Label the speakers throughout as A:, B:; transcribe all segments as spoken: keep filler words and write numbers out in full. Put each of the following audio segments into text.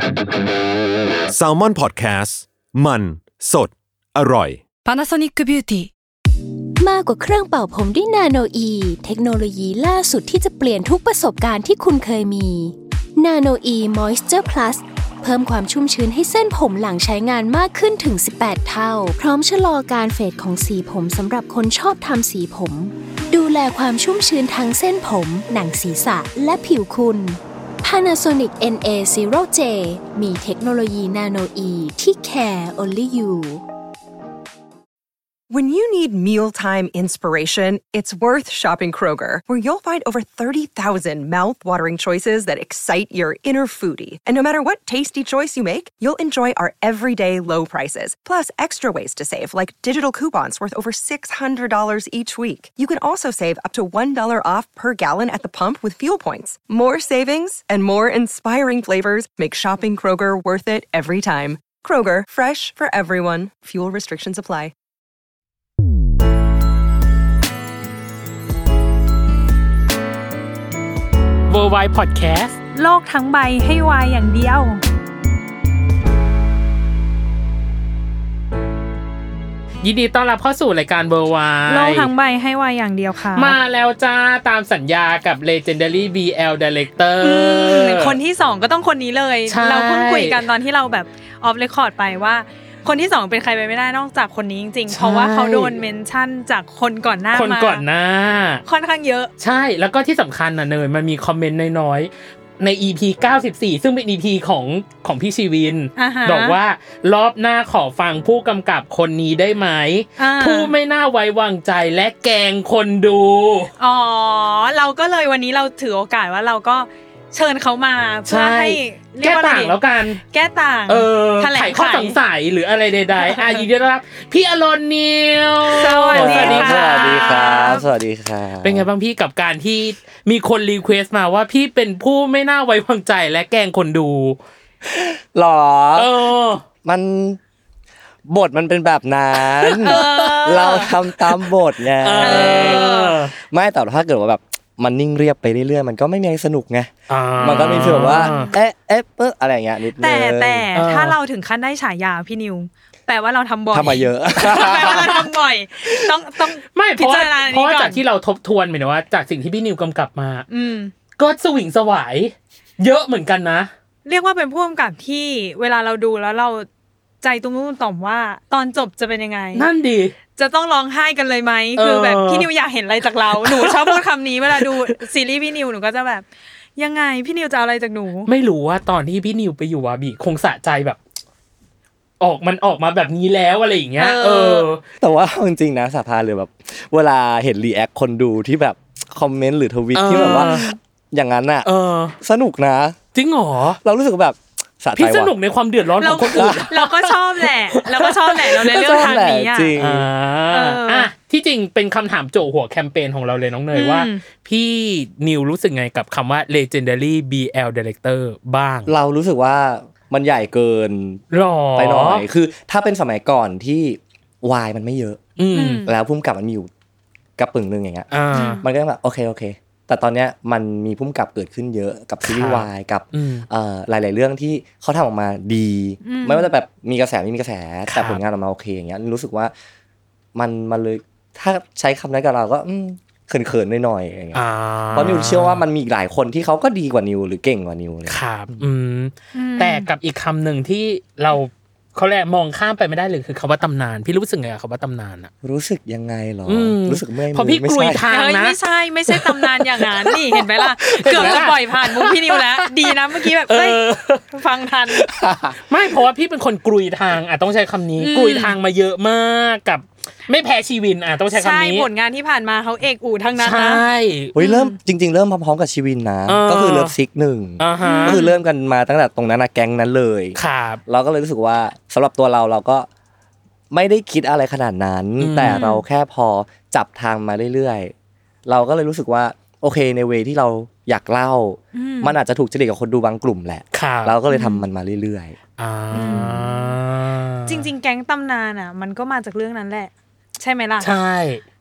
A: Salmon Podcast มันสดอร่อย
B: Panasonic Beauty
C: มากกว่าเครื่องเป่าผมด้วยนาโนอีเทคโนโลยีล่าสุดที่จะเปลี่ยนทุกประสบการณ์ที่คุณเคยมีนาโนอี Moisture Plus เพิ่มความชุ่มชื้นให้เส้นผมหลังใช้งานมากขึ้นถึงสิบแปดเท่าพร้อมชะลอการเฟดของสีผมสำหรับคนชอบทำสีผมดูแลความชุ่มชื้นทั้งเส้นผมหนังศีรษะและผิวคุณ Panasonic เอ็น เอ ศูนย์ เจ มีเทคโนโลยีนาโนอีที่ care only you
D: When you need mealtime inspiration, it's worth shopping Kroger, where you'll find over thirty thousand mouth-watering choices that excite your inner foodie. And no matter what tasty choice you make, you'll enjoy our everyday low prices, plus extra ways to save, like digital coupons worth over six hundred dollars each week. You can also save up to one dollar off per gallon at the pump with fuel points. More savings and more inspiring flavors make shopping Kroger worth it every time. Kroger, fresh for everyone. Fuel restrictions apply.
E: Worldwide Podcast
F: โลกทั้งใบให้วายอย่างเดียว
E: ยินดีต้อนรับเข้าสู่รายการ Worldwide
F: โลกทั้งใบให้วายอย่างเดียวค่ะ
E: มาแล้วจ้าตามสัญญากับ Legendary บี แอล Director
F: คนที่สองก็ต้องคนนี้เลยเราเพิ่งคุยกันตอนที่เราแบบออฟเรคคอร์ดไปว่าคนที่สองเป็นใครไปไม่ได้นอกจากคนนี้จริงๆเพราะว่าเขาโดนเมนชั่นจากคนก่อนหน้ามาคน
E: ก่อนหน้า
F: ค่อนข้างเยอะ
E: ใช่แล้วก็ที่สำคัญน่ะเนยมันมีคอมเมนต์น้อยๆใน อี พี เก้าสิบสี่ซึ่งเป็น อี พี ของของพี่ชีวินบอกว่ารอบหน้าขอฟังผู้กำกับคนนี้ได้ไหมผู้ไม่น่าไว้วางใจและแกล้งคนดู
F: อ๋อเราก็เลยวันนี้เราถือโอกาสว่าเราก็เชิญเขามาเพื่อให้
E: แก้ต่างแล้วกัน
F: แก้ต่าง
E: เออไขข้อสงสัยหรืออะไรใดๆอ่ะยินดีต้อนรับพี่อรณนิว
F: สวัสดีค่ะ
G: สวัสดีครับสวัสดีครับ
E: เป็นไงบ้างพี่กับการที่มีคนรีเควสต์มาว่าพี่เป็นผู้ไม่น่าไว้วางใจและแกล้งคนดู
G: หรอ
E: เออ
G: มันบทมันเป็นแบบนั้นเราทำตามบทไงไม่แต่ถ้าเกิดว่าแบบมันนิ่งเรียบไปเรื่อยๆมันก็ไม่มีอะไรสนุกไงมันก็มีฟีลแบบว่าเอ๊ะเอ๊ะเอ๊ะอะไรอย่างเงี้ยนิดนึง
F: แต่แต่ถ้าเราถึงขั้นได้ฉายาพี่นิวแปลว่าเราทำบ่อย
G: ทำมาเยอะ
F: แปลว่าเราทำบ่อยต้องต้อง
E: ไม่เพราะเพราะจากที่เราทบทวนหมายถึงว่าจากสิ่งที่พี่นิวกำกับมาก็สวิงสวายเยอะเหมือนกันนะ
F: เรียกว่าเป็นผู้กำกับที่เวลาเราดูแล้วเราใจตุ้มๆต่อมว่าตอนจบจะเป็นยังไง
E: นั่นดี
F: จะต้องร้องไห้กันเลยไหมคือแบบพี่นิวอยากเห็นอะไรจากเราหนูชอบพูดคำนี้เวลาดูซีรีส์พี่นิวหนูก็จะแบบยังไงพี่นิวจะเอาอะไรจากหนู
E: ไม่รู้ว่าตอนที่พี่นิวไปอยู่วาบิคงสะใจแบบออกมันออกมาแบบนี้แล้วอะไรอย่างเงี้ยเออ
G: แต่ว่าจริงๆนะสภาเลยแบบเวลาเห็นรีแอคคนดูที่แบบคอมเมนต์หรือทวิตที่แบบว่าอย่างนั้นน่ะสนุกนะ
E: จริงเหรอ
G: เรารู้สึกแบบ
E: พี่สนุกในความเดือดร้อนของคนอื่น
F: เราก็ชอบแหละเราก็ชอบแหละเราเลยเลือกทางนี้อ่ะ
E: อ่ะที่จริงเป็นคำถามโจหัวแคมเปญของเราเลยน้องเนยว่าพี่นิวรู้สึกไงกับคำว่า Legendary บี แอล Director บ้าง
G: เรารู้สึกว่ามันใหญ่เกินไปหน่อยคือถ้าเป็นสมัยก่อนที่วายมันไม่เยอะแล้วพุ่มกับมันมีอยู่กระปึ่งนึงอย่างเงี้ยมันก็แบบโอเคโอเคแต่ตอนเนี้ยมันมีพุ่มกับเกิดขึ้นเยอะกับซีรีส์วายกับเอ่อหลายๆเรื่องที่เขาทำออกมาดีไม่ว่าจะแบบมีกระแสไม่มีกระแสแต่ผลงานออกมาโอเคอย่างเงี้ยรู้สึกว่ามันมันเลยถ้าใช้คำนั้นกับเราก็เขินๆหน่อยๆอย่างเงี้ยเพราะนิวเชื่อว่ามันมีอีกหลายคนที่เขาก็ดีกว่านิวหรือเก่งกว่านิวเลย
E: ครับอืมแต่กับอีกคำหนึ่งที่เราเขาแหละมองข้ามไปไม่ได้เลยคือคำว่าตำนานพี่รู้สึกไงกับคำว่าตำนานอะ
G: รู้สึกยังไงหรอรู้สึกเมื่อยมือ
E: พอพี่กลุยทางนะ
F: ไม่ใช่ไม่ใช่ตำนานอย่างนั้นนี่เห็นไหมล่ะเกือบจะปล่อยผ่านมุกพี่นิวแล้วดีนะเมื่อกี้แบบเฮ้ยฟังทัน
E: ไม่เพราะว่าพี่เป็นคนกลุยทางอ่ะต้องใช้คำนี้กลุยทางมาเยอะมากกับไม่แพ้ชีวินอ่ะต้องใช้คำนี้
F: ใช่ผลงานที่ผ่านมาเขาเอกอู่ทั้งนั้นนะ
E: ใช่
G: เฮ้ยเริ่มจริงๆเริ่มพร้อมๆกับชีวินนะก็คือเลิฟซิกหนึ่งก็คือเริ่มกันมาตั้งแต่ตรงนั้นนะแก๊งนั้นเลย
E: ครับ
G: เราก็เลยรู้สึกว่าสำหรับตัวเราเราก็ไม่ได้คิดอะไรขนาดนั้นแต่เราแค่พอจับทางมาเรื่อยๆเราก็เลยรู้สึกว่าโอเคในเวที่เราอยากเล่ามันอาจจะถูกจริตกับคนดูบางกลุ่มแหละเราก็เลยทำมันมาเรื่อย
F: ๆจริงๆแก๊งตำนานอ่ะมันก็มาจากเรื่องนั้นแหละใช่ไหมล่ะ
E: ใช่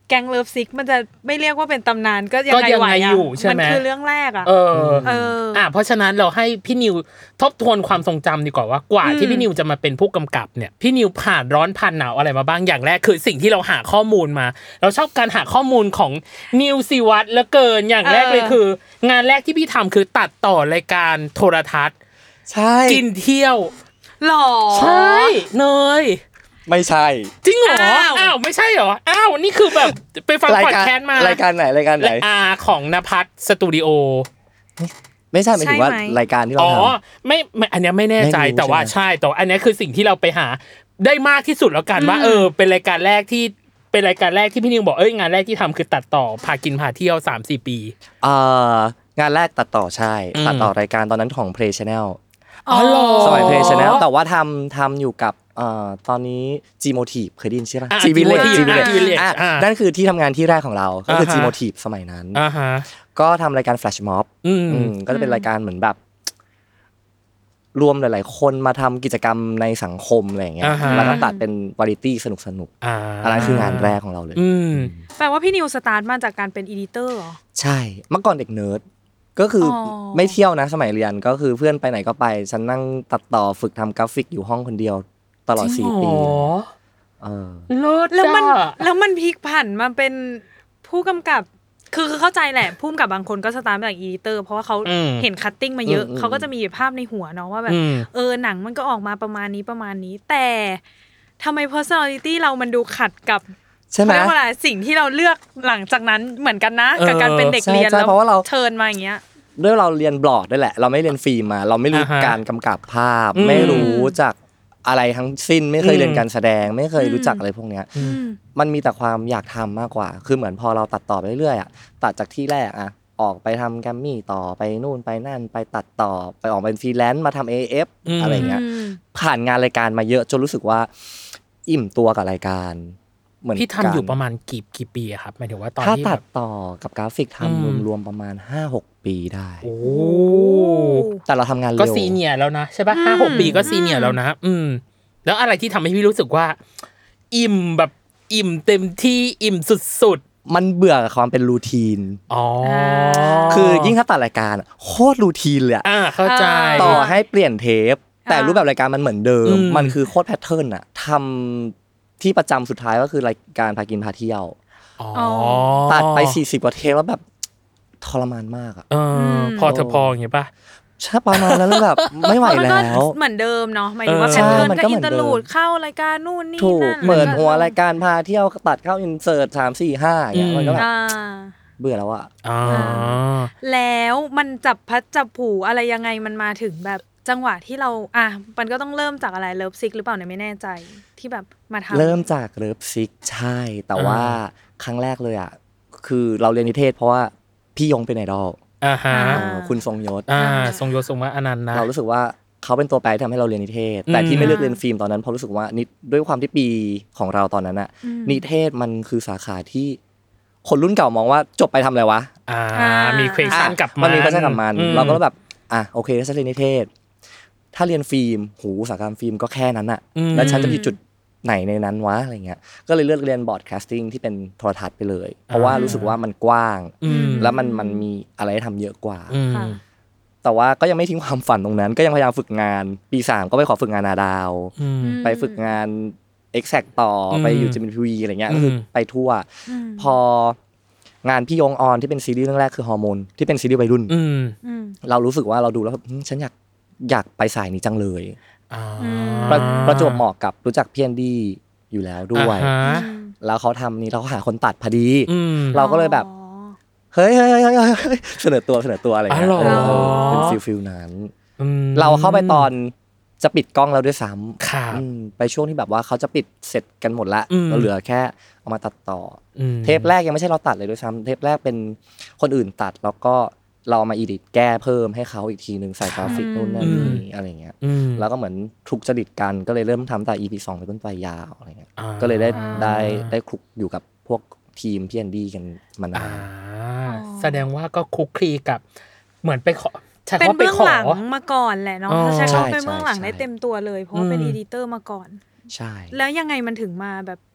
F: แก๊งเลิฟซิกมันจะไม่เรียกว่าเป็นตำนานก็ยังไงไหวอ่ะมันคือเรื่องแรกอ่ะ
E: เออเอออ่ะเพราะฉะนั้นเราให้พี่นิวทบทวนความทรงจำดีกว่าว่ากว่าที่พี่นิวจะมาเป็นผู้กำกับเนี่ยพี่นิวผ่านร้อนผ่านหนาวอะไรมาบ้างอย่างแรกคือสิ่งที่เราหาข้อมูลมาเราชอบการหาข้อมูลของนิวศิวัตรเหลือเกินอย่างแรกเลยคืองานแรกที่พี่ทำคือตัดต่อรายการโทรทัศน์
G: ใช่
E: กินเที่ยว
F: หรอ
E: ใช่เนย
G: ไม่ใช่
E: จริงเหรออ้าวไม่ใช่เหรออ้าวนี่คือแบบไปฟังพอดแคสต์มาร
G: ายการไหนรายการไหน
E: อ่าของณภัทรสตูดิโอ
G: ไม่ใช่หมายถึงว่ารายการที่เราทำ
E: อ๋อไม่อันนี้ไม่แน่ใจแต่ว่าใช่แต่อันนี้คือสิ่งที่เราไปหาได้มากที่สุดแล้วกันว่าเออเป็นรายการแรกที่เป็นรายการแรกที่พี่นิวบอกเอ้ยงานแรกที่ทำคือตัดต่อพากินพาเที่ยว สามสี่ ปี
G: เอ่องานแรกตัดต่อใช่ตัดต่อรายการตอนนั้นของ Play Channel
E: อ๋อ
G: สมัย Play Channel แต่ว่าทำทำอยู่กับเอ่อตอนนี้ G-Motive เคยได้ยินใช่ป่ะ G-Village G-Village อ่ะนั่นคือที่ทำงานที่แรกของเราก็คือ G-Motive สมัยนั้น
E: อ่าฮะ
G: ก็ทำรายการ Flash Mob อืมก็จะเป็นรายการเหมือนแบบรวมหลายๆคนมาทำกิจกรรมในสังคมอะไรอย่างเงี้ยแล้วก็ตัดเป็นวาไรตี้สนุกๆอันนั้นคืองานแรกของเราเลย
F: แปลว่าพี่นิวสตาร์ทมาจากการเป็นอีดิเตอร์เหรอ
G: ใช่เมื่อก่อนเด็กเนิร์ดก็คือไม่เที่ยวนะสมัยเรียนก็คือเพื่อนไปไหนก็ไปฉันนั่งตัดต่อฝึกทำกราฟิกอยู่ห้องคนเดียวตลอดสี่ปีเออ
F: แล้วมันแล้วมันพลิกผันมาเป็นผู้กำกับคือคือเข้าใจแหละผู้กำกับบางคนก็สตาร์ทมาจากอีดิเตอร์เพราะว่าเขาเห็นคัตติ้งมาเยอะเขาก็จะมีภาพในหัวเนาะว่าแบบเออหนังมันก็ออกมาประมาณนี้ประมาณนี้แต่ทำไม personality เรามันดูขัดกับ
G: ใช่ไหม
F: เวลาสิ่งที่เราเลือกหลังจากนั้นเหมือนกันนะกับการเป็นเด็กเรียนแล้วเชิญมาอย่างเงี้ย
G: ด้วยเราเรียนบลอดด้วยแหละเราไม่เรียนฟิล์มมาเราไม่รู้การกำกับภาพไม่รู้จากอะไรทั้งสิ้นไม่เคยเรียนการแสดงไม่เคยรู้จักอะไรพวกเนี้ยมันมีแต่ความอยากทำมากกว่าคือเหมือนพอเราตัดต่อไปเรื่อยๆอ่ะตัดจากที่แรกอ่ะออกไปทำแกรมมี่ต่อไปนู่นไปนั่นไปตัดต่อไปออกเป็นฟรีแลนซ์มาทำ เอ เอฟ อะไรเงี้ยผ่านงานรายการมาเยอะจนรู้สึกว่าอิ่มตัวกับรายการเหมือน
E: พี่ทำอยู่ประมาณกี่กี่ปีครับหมายถึงว่าตอน
G: ที่ถ้าตัดต่อกับกราฟิกทำรวมๆประมาณ ห้าหก ปีได้
E: โอ้
G: แต่เราทำงานเร็ว
E: ก็ซีเนียร์แล้วนะใช่ป่ะ ห้าหก ปีก็ซีเนียร์แล้วนะอืมแล้วอะไรที่ทำให้พี่รู้สึกว่าอิ่มแบบอิ่มเต็มที่อิ่มสุด
G: ๆมันเบื่อกับความเป็นรูทีน
E: อ๋อ
G: คือยิ่งถ้าตัดรายการโคตรรูทีนเลย
E: อ่าเข้าใจ
G: ต่อให้เปลี่ยนเทปแต่รูปแบบรายการมันเหมือนเดิมมันคือโคตรแพทเทิร์นอะทำที่ประจำสุดท้ายก็คือรายการพากินพาเที่ยวตัดไปสี่สิบกว่าเทปแล้วแบบทรมานมากอะ
E: พอเธอพออย่างเงี้ยป่ะ
G: ใช่ประมาณนั้นแล้วแบบไม่ไหวแล้ว
F: เหมือนเดิมเนาะหมายถึงว่าแพทเทิร์นก็อินเตอร์ลูดเข้ารายการนู่นนี่นั่น
G: เหมือนหัวรายการพาเที่ยวตัดเข้าอินเสิร์ตสาม สี่ ห้าอย่างเงี้ยมันก็แบบเบื่อแล้วอะ
F: แล้วมันจับพัดจับผูอะไรยังไงมันมาถึงแบบจังหวะที่เราอ่ะมันก็ต้องเริ่มจากอะไรเลิฟซิกหรือเปล่าเนี่ยไม่แน่ใจที่แบบมาทำ
G: เริ่มจากเลิฟซิกใช่แต่ว่าครั้งแรกเลยอะคือเราเรียนนิเทศเพราะว่าพี่ยงเป็นไอดอล
E: อ่าฮะ
G: คุณทรงยศ
E: อ่าทรงยศทรงว่าอนันต์นะ
G: เรารู้สึกว่าเขาเป็นตัวแปรที่ทำให้เราเรียนนิเทศแต่ที่ไม่เลือกเรียนฟิล์มตอนนั้นเพราะรู้สึกว่านิด้วยความที่ปีของเราตอนนั้นน่ะนิเทศมันคือสาขาที่คนรุ่นเก่ามองว่าจบไปทำอะไรวะ
E: อ่ามี question กับ
G: มันมี question กับมันเราก็แบบอ่ะโอเคถ้าฉันเรียนนิเทศถ้าเรียนฟิล์มหูอุตสาหกรรมฟิล์มก็แค่นั้นน่ะแล้วฉันจะอยู่จุดไหนในนั้นวะอะไรเงี้ยก็เลยเลือกเรียนบอร์ดแคสติ้งที่เป็นโทรทัศน์ไปเลยเพราะว่ารู้สึกว่ามันกว้างแล้วมันมันมีอะไรให้ทำเยอะกว่าแต่ว่าก็ยังไม่ทิ้งความฝันตรงนั้นก็ยังพยายามฝึกงานปีสามก็ไปขอฝึกงานนาดาวไปฝึกงาน Exact ต่อไปอยู่ จี เอ็ม ที วี อะไรเงี้ยก็คือไปทั่วพองานพี่ยงออนที่เป็นซีรีส์เรื่องแรกคือฮอร์โมนที่เป็นซีรีส์วัยรุ่นเรารู้สึกว่าเราดูแล้วฉันอยากอยากไปสายนี้จังเลยประประจวบเหมาะกับรู้จักพี่แอนดี้อยู่แล้วด้วยแล้วเขาทำนี้เราก็หาคนตัดพอดีเราก็เลยแบบเฮ้ยเสนอตัวเสนอตัวอะไรเงี้ยเป็นฟิลฟิลนั้นเราเข้าไปตอนจะปิดกล้องแล้วด้วยซ้ำไปช่วงที่แบบว่าเขาจะปิดเสร็จกันหมดละเราเหลือแค่เอามาตัดต่อเทปแรกยังไม่ใช่เราตัดเลยด้วยซ้ำเทปแรกเป็นคนอื่นตัดแล้วก็เรามาอีดิทแก้เพิ่มให้เขาอีกทีนึงใส่กราฟิกนู่นนั่นนี่อะไรเงี้ยแล้วก็เหมือนคลุกจริตกันก็เลยเริ่มทำแต่ อี พี สองไปต้นไปยาวอะไรเงี้ยก็เลยได้ได้ได้คลุกอยู่กับพวกทีมพี่แอนดี้กันมานาน
E: แสดงว่าก็คลุกคลีกับเหมือนไปขอ
F: เป็นเบื้องหลังมาก่อนแหละเนาะใช่เขาเป็นเบื้องหลังได้เต็มตัวเลยเพราะว่าเป็นอีดิเตอร์มาก่อน
G: ใช่
F: แล้วยังไงมันถึงมาแบบ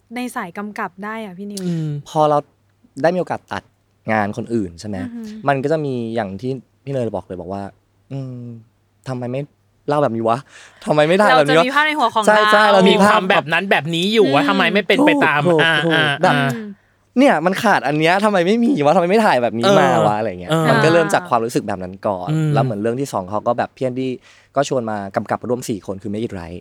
F: ในสายกำกับได้อ่ะพี่นิว
G: พอเราได้มีโอกาสตัดงานคนอื่นใช่ไหมมันก็จะมีอย่างที่พี่เนยบอกเลยบอกว่าอืมทำไมไม่เล่าแบบนี้วะทำไมไม่ได้แบบนี้วะ
F: เราจะมีภาพในหัวของเรา
G: ใช่ใช่เรา
E: มีความแบบนั้นแบบนี้อยู่ว่าทำไมไม่เป็นไปตามอ่า
G: แบบเนี่ยมันขาดอันเนี้ยทำไมไม่มีวะทำไมไม่ถ่ายแบบนี้มาวะอะไรเงี้ยมันก็เริ่มจากความรู้สึกแบบนั้นก่อนแล้วเหมือนเรื่องที่สองเขาก็แบบเพี่อนที่ก็ชวนมากำกับร่วมสี่คนคือ Make It Right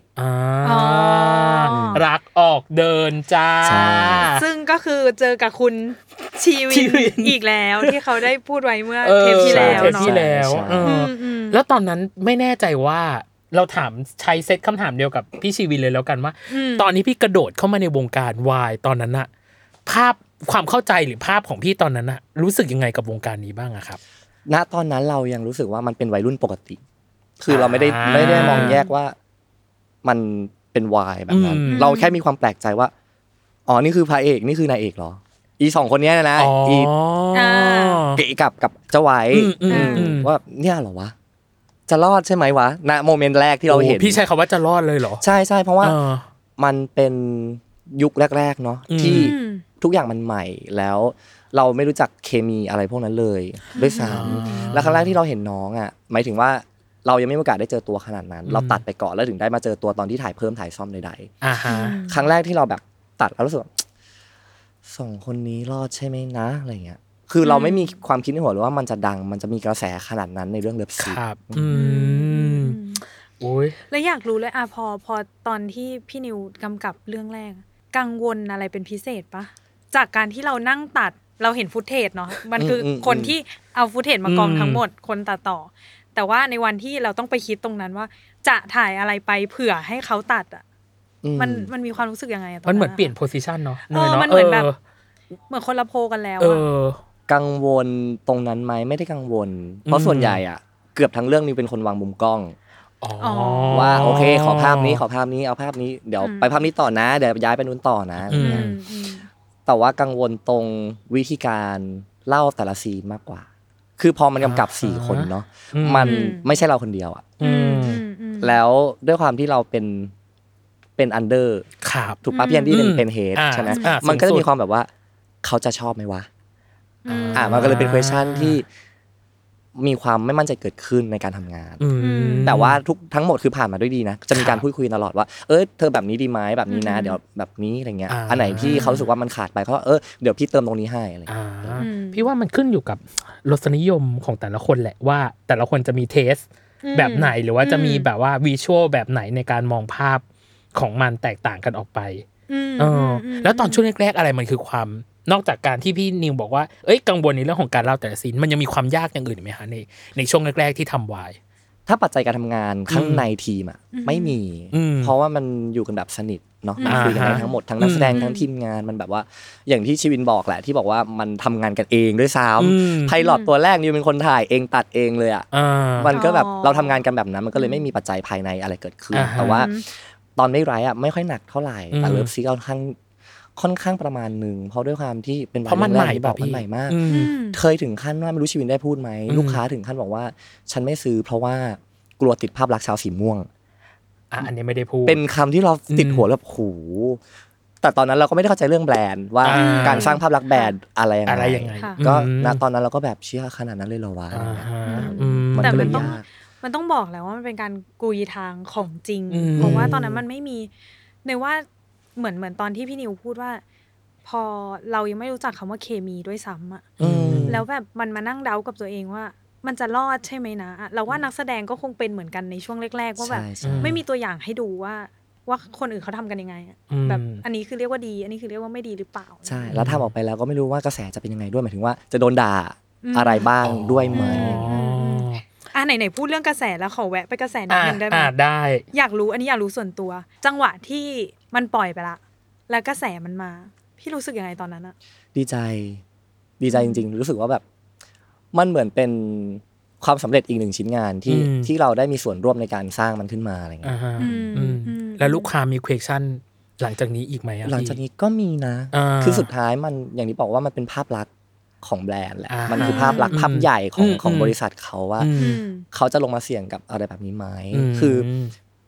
E: รักออกเดินจ้า
F: ซึ่งก็คือเจอกับคุณชีวินอีกแล้วที่เขาได้พูดไว้เมื่อเทปที่แล้วเนาะ
E: ที่แล้วแล้วตอนนั้นไม่แน่ใจว่าเราถามใช้เซตคำถามเดียวกับพี่ชีวินเลยแล้วกันว่าตอนนี้พี่กระโดดเข้ามาในวงการวายตอนนั้นอะภาพความเข้าใจหรือภาพของพี่ตอนนั้นอะรู้สึกยังไงกับวงการนี้บ้างอะครับ
G: ณตอนนั้นเรายังรู้สึกว่ามันเป็นวัยรุ่นปกติคือเราไม่ได้ไม่ได้มองแยกว่ามันเป็นวายแบบนั้นเราแค่มีความแปลกใจว่าอ๋อนี่คือพระเอกนี่คือนายเอกเหรออีสองคนนี้นะอีเกะกับกับเจ้าไว้ว่าเนี่ยเหรอวะจะรอดใช่ไหมวะณโมเมนต์แรกที่เราเห็น
E: พี่ใช้คำว่าจะรอดเลยเหรอ
G: ใช่ใช่เพราะว่ามันเป็นยุคแรกๆเนาะที่ทุกอย่างมันใหม่แล้วเราไม่รู้จักเคมีอะไรพวกนั้นเลยด้วยซ้ำแล้วครั้งแรกที่เราเห็นน้องอ่ะหมายถึงว่าเรายังไม่มีโอกาสได้เจอตัวขนาดนั้นเราตัดไปก่อนแล้วถึงได้มาเจอตัวตอนที่ถ่ายเพิ่มถ่ายซ่อมใดๆครั้งแรกที่เราแบบตัดแล้วรู้สึกสองคนนี้รอดใช่ไหมนะอะไรเงี้ยคือเราไม่มีความคิดในหัวเลยว่ามันจะดังมันจะมีกระแสขนาดนั้นในเรื่องเลิฟซีน
E: ครับอืมโอ้ย
F: แล้วอยากรู้เลยอ่ะพอพอตอนที่พี่นิวกำกับเรื่องแรกกังวลอะไรเป็นพิเศษปะจากการที่เรานั่งตัดเราเห็นฟุตเทจเนาะมันคือคนที่เอาฟุตเทจมากองทั้งหมดคนตัดต่อแต่ว่าในวันที่เราต้องไปคิดตรงนั้นว่าจะถ่ายอะไรไปเผื่อให้เขาตัดอ่ะมันมันมีความรู้สึกยังไงตอนนั้น
E: มันเหมือนเปลี่ยนโพสิชันเนาะ
F: เออมันเหมือนแบบเหมือนคนละโพกันแล้วอ่ะ
G: กังวลตรงนั้นไหมไม่ได้กังวลเพราะส่วนใหญ่อ่ะเกือบทั้งเรื่องนี้เป็นคนวางมุมกล้องว่าโอเคขอภาพนี้ขอภาพนี้เอาภาพนี้เดี๋ยวไปภาพนี้ต่อนะเดี๋ยวย้ายไปนู้นต่อนะอะไรเงี้ยแต่ว่ากังวลตรงวิธีการเล่าแต่ละซีนมากกว่าคือพอมันกำกับสี่คนเนาะมันไม่ใช่เราคนเดียวอ่ะแล้วด้วยความที่เราเป็นเป็นอันเดอร์ถูกป่ะพี่แอนดี้เป็นเป็นเฮดใช่ไหมมันก็จะมีความแบบว่าเขาจะชอบไหมวะอ่ามันก็เลยเป็น question ที่มีความไม่มั่นใจเกิดขึ้นในการทำงานแต่ว่าทุกทั้งหมดคือผ่านมาด้วยดีนะจะมีการพูดคุยตลอดว่าเออเธอแบบนี้ดีไหมแบบนี้นะเดี๋ยวแบบนี้อะไรเงี้ยอันไหนที่เขารู้สึกว่ามันขาดไปเขาเออเดี๋ยวพี่เติมตรงนี้ให้อะไร
E: พี่ว่ามันขึ้นอยู่กับรสนิยมของแต่ละคนแหละว่าแต่ละคนจะมีเทสแบบไหนหรือว่าจะมีแบบว่าวิชวลแบบไหนในการมองภาพของมันแตกต่างกันออกไปเออแล้วตอนช่วงแรกๆอะไรมันคือความนอกจากการที่พี่นิวบอกว่าเอ้ยกังวลในเรื่องของการเล่าแต่ละซีนมันยังมีความยากอย่างอื่นไหมฮะในในช่วงแรกๆที่ทำวาย
G: ถ้าปัจจัยการทำงานข้างในทีมอ่ะไม่มีเพราะว่ามันอยู่กันแบบสนิทเนาะคุยกันได้ทั้งหมดทั้งนักแสดงทั้งทีมงานมันแบบว่าอย่างที่ชีวินบอกแหละที่บอกว่ามันทำงานกันเองด้วยซ้ำไพลอตตัวแรกนิวเป็นคนถ่ายเองตัดเองเลยอ่ะมันก็แบบเราทำงานกันแบบนั้นมันก็เลยไม่มีปัจจัยภายในอะไรเกิดขึ้นแต่ว่าตอนไม่ร้ายอ่ะไม่ค่อยหนักเท่าไหร่แต่เลิฟซีค่อนข้างค่อนข้างประมาณนึงเพราะด้วยความที่เป็น
E: เพราะมันใหม่
G: บอกมันใหม่มากเคยถึงขั้นว่าไม่รู้ชีวินได้พูดไหมลูกค้าถึงขั้นบอกว่าฉันไม่ซื้อเพราะว่ากลัวติดภาพลักษณ์ชาวสีม่วง
E: อ่ะอันนี้ไม่ได้พูด
G: เป็นคำที่เราติดหัวแบบโหแต่ตอนนั้นเราก็ไม่ได้เข้าใจเรื่องแบรนด์ว่าการสร้างภาพลักษณ์แบรนด์อะไรยังไงก็ณตอนนั้นเราก็แบบเชื่อขนาดนั้นเลยเหรอวะ
F: แต่มันต้องมันต้องบอกแล้วว่ามันเป็นการกุยทางของจริงเพราะว่าตอนนั้นมันไม่มีในว่าเหมือนเหมือนตอนที่พี่นิวพูดว่าพอเรายังไม่รู้จักคำว่าเคมีด้วยซ้ำอ่ะแล้วแบบมันมานั่งเดากับตัวเองว่ามันจะรอดใช่ไหมนะเราว่านักแสดงก็คงเป็นเหมือนกันในช่วงแรกๆว่าแบบไม่มีตัวอย่างให้ดูว่าว่าคนอื่นเขาทำกันยังไงแบบอันนี้คือเรียกว่าดีอันนี้คือเรียกว่าไม่ดีหรือเปล่า
G: ใช่แล้วทำออกไปแล้วก็ไม่รู้ว่ากระแสจะเป็นยังไงด้วยหมายถึงว่าจะโดนด่าอะไรบ้างด้วยไหม
F: อ่ะไหนๆพูดเรื่องกระแสแล้วขอแวะไปกระแสนิดนึงได้ไหม
E: ได้
F: อยากรู้อันนี้อยากรู้ส่วนตัวจังหวะที่มันปล่อยไปละแล้วกระแสมันมาพี่รู้สึกยังไงตอนนั้นอะ
G: ดีใจดีใจจริงๆรู้สึกว่าแบบมันเหมือนเป็นความสำเร็จอีกหนึ่งชิ้นงานที่ที่เราได้มีส่วนร่วมในการสร้างมันขึ้นมาอะไรเงี้ย
E: แล้วลูกค้ามี question หลังจากนี้อีกไหม
G: หลังจากนี้ก็มีนะคือสุดท้ายมันอย่างที่บอกว่ามันเป็นภาพลักษณ์ของแบรนด์แหละมันคือภาพลักษณ์ภาพใหญ่ของของบริษัทเขาว่าเขาจะลงมาเสี่ยงกับอะไรแบบนี้ไหมคือ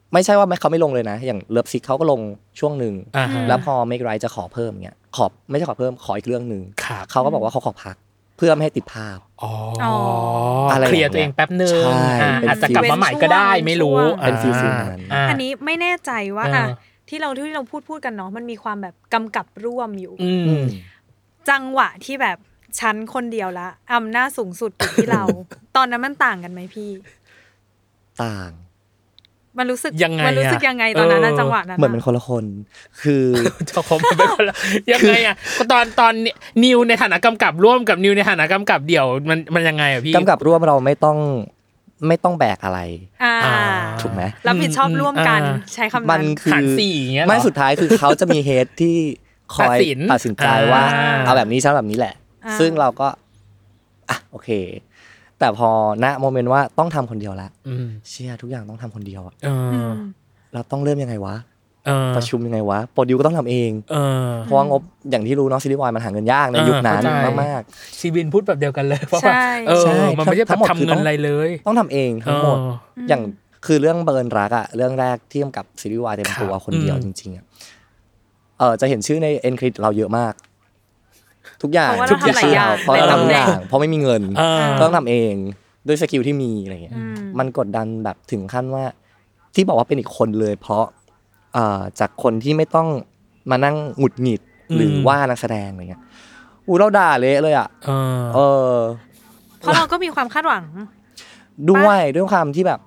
G: ไม่ใช่ว่าเขาไม่ลงเลยนะอย่างเลิฟซิกเขาก็ลงช่วงนึงแล้วพอเมกไรท์จะขอเพิ่มเงี้ยขอไม่ใช่ขอเพิ่มขออีกเรื่องนึงเขาก็บอกว่าเขาขอพักเพื่อไม่ให้ติดภาพ
E: อ๋อเคลียร์ตัวเองแป๊บนึงอาจจะกลับมาใหม่ก็ได้ไม่รู้
G: เป็นฟีลๆนั้น
F: อันนี้ไม่แน่ใจว่าอ่ะที่เราที่เราพูดพูดกันเนาะมันมีความแบบกำกับร่วมอยู่จังหวะที่แบบชั้นคนเดียวละอำนาจสูงสุดอยู่ที่เราตอนนั้นมันต่างกันไหมพี่
G: ต่าง
F: มันรู้สึกมันรู้สึกยังไงตอนนั้นจังหวะนั้น
G: เหมือนเป็นคนละคนคือ
E: เจ้าของเป็นคนละยังไงอ่ะตอนตอนนิวในฐานะกำกับร่วมกับนิวในฐานะกำกับเดี่ยวมันมันยังไงอ่ะพี่
G: กำกับร่วมเราไม่ต้องไม่ต้องแบกอะไรถูกไหม
F: รับผิดชอบร่วมกันใช้คำนั้น
G: มันคือ
E: หันสี่อย่างเงี้ย
G: ไม่สุดท้ายคือเขาจะมีเฮดที่คอยตัดสินใจว่าเอาแบบนี้ใช่แบบนี้แหละซึ่งเราก็อ่ะโอเคแต่พอณโมเมนต์ว่าต้องทำคนเดียวละเชี่ยทุกอย่างต้องทำคนเดียวอ่ะเราต้องเริ่มยังไงวะประชุมยังไงวะโปรดิวก็ต้องทำเองเพราะงบอย่างที่รู้เนาะซีรีส์วายมันหาเงินยากในยุคนั้นมาก
E: ๆซีบินพูดแบบเดียวกันเลยเพราะว่าเออมันไม่ใช่ทำเงินอะไรเลย
G: ต้องทำเองทั้งหมดอย่างคือเรื่องเบิร์นรักอ่ะเรื่องแรกที่กำกับซีรีส์วายเต็มตัวคนเดียวจริงๆอ่ะเออจะเห็นชื่อในเอ็นคริดเราเยอะมากทุกอย่าง
F: ทุกอย่าง
G: เพราะเราทำทุกอย่างเพราะไม่มีเงินต้องทำเองด้วยสกิลที่มีอะไรเงี้ยมันกดดันแบบถึงขั้นว่าที่บอกว่าเป็นอีกคนเลยเพราะจากคนที่ไม่ต้องมานั่งหงุดหงิดหรือว่านักแสดงอะไรเงี้ยอู้เราด่าเละเลยอ่ะเออ
F: เพราะเราก็มีความคาดหวัง
G: ด้วยด้วยความที่แบบ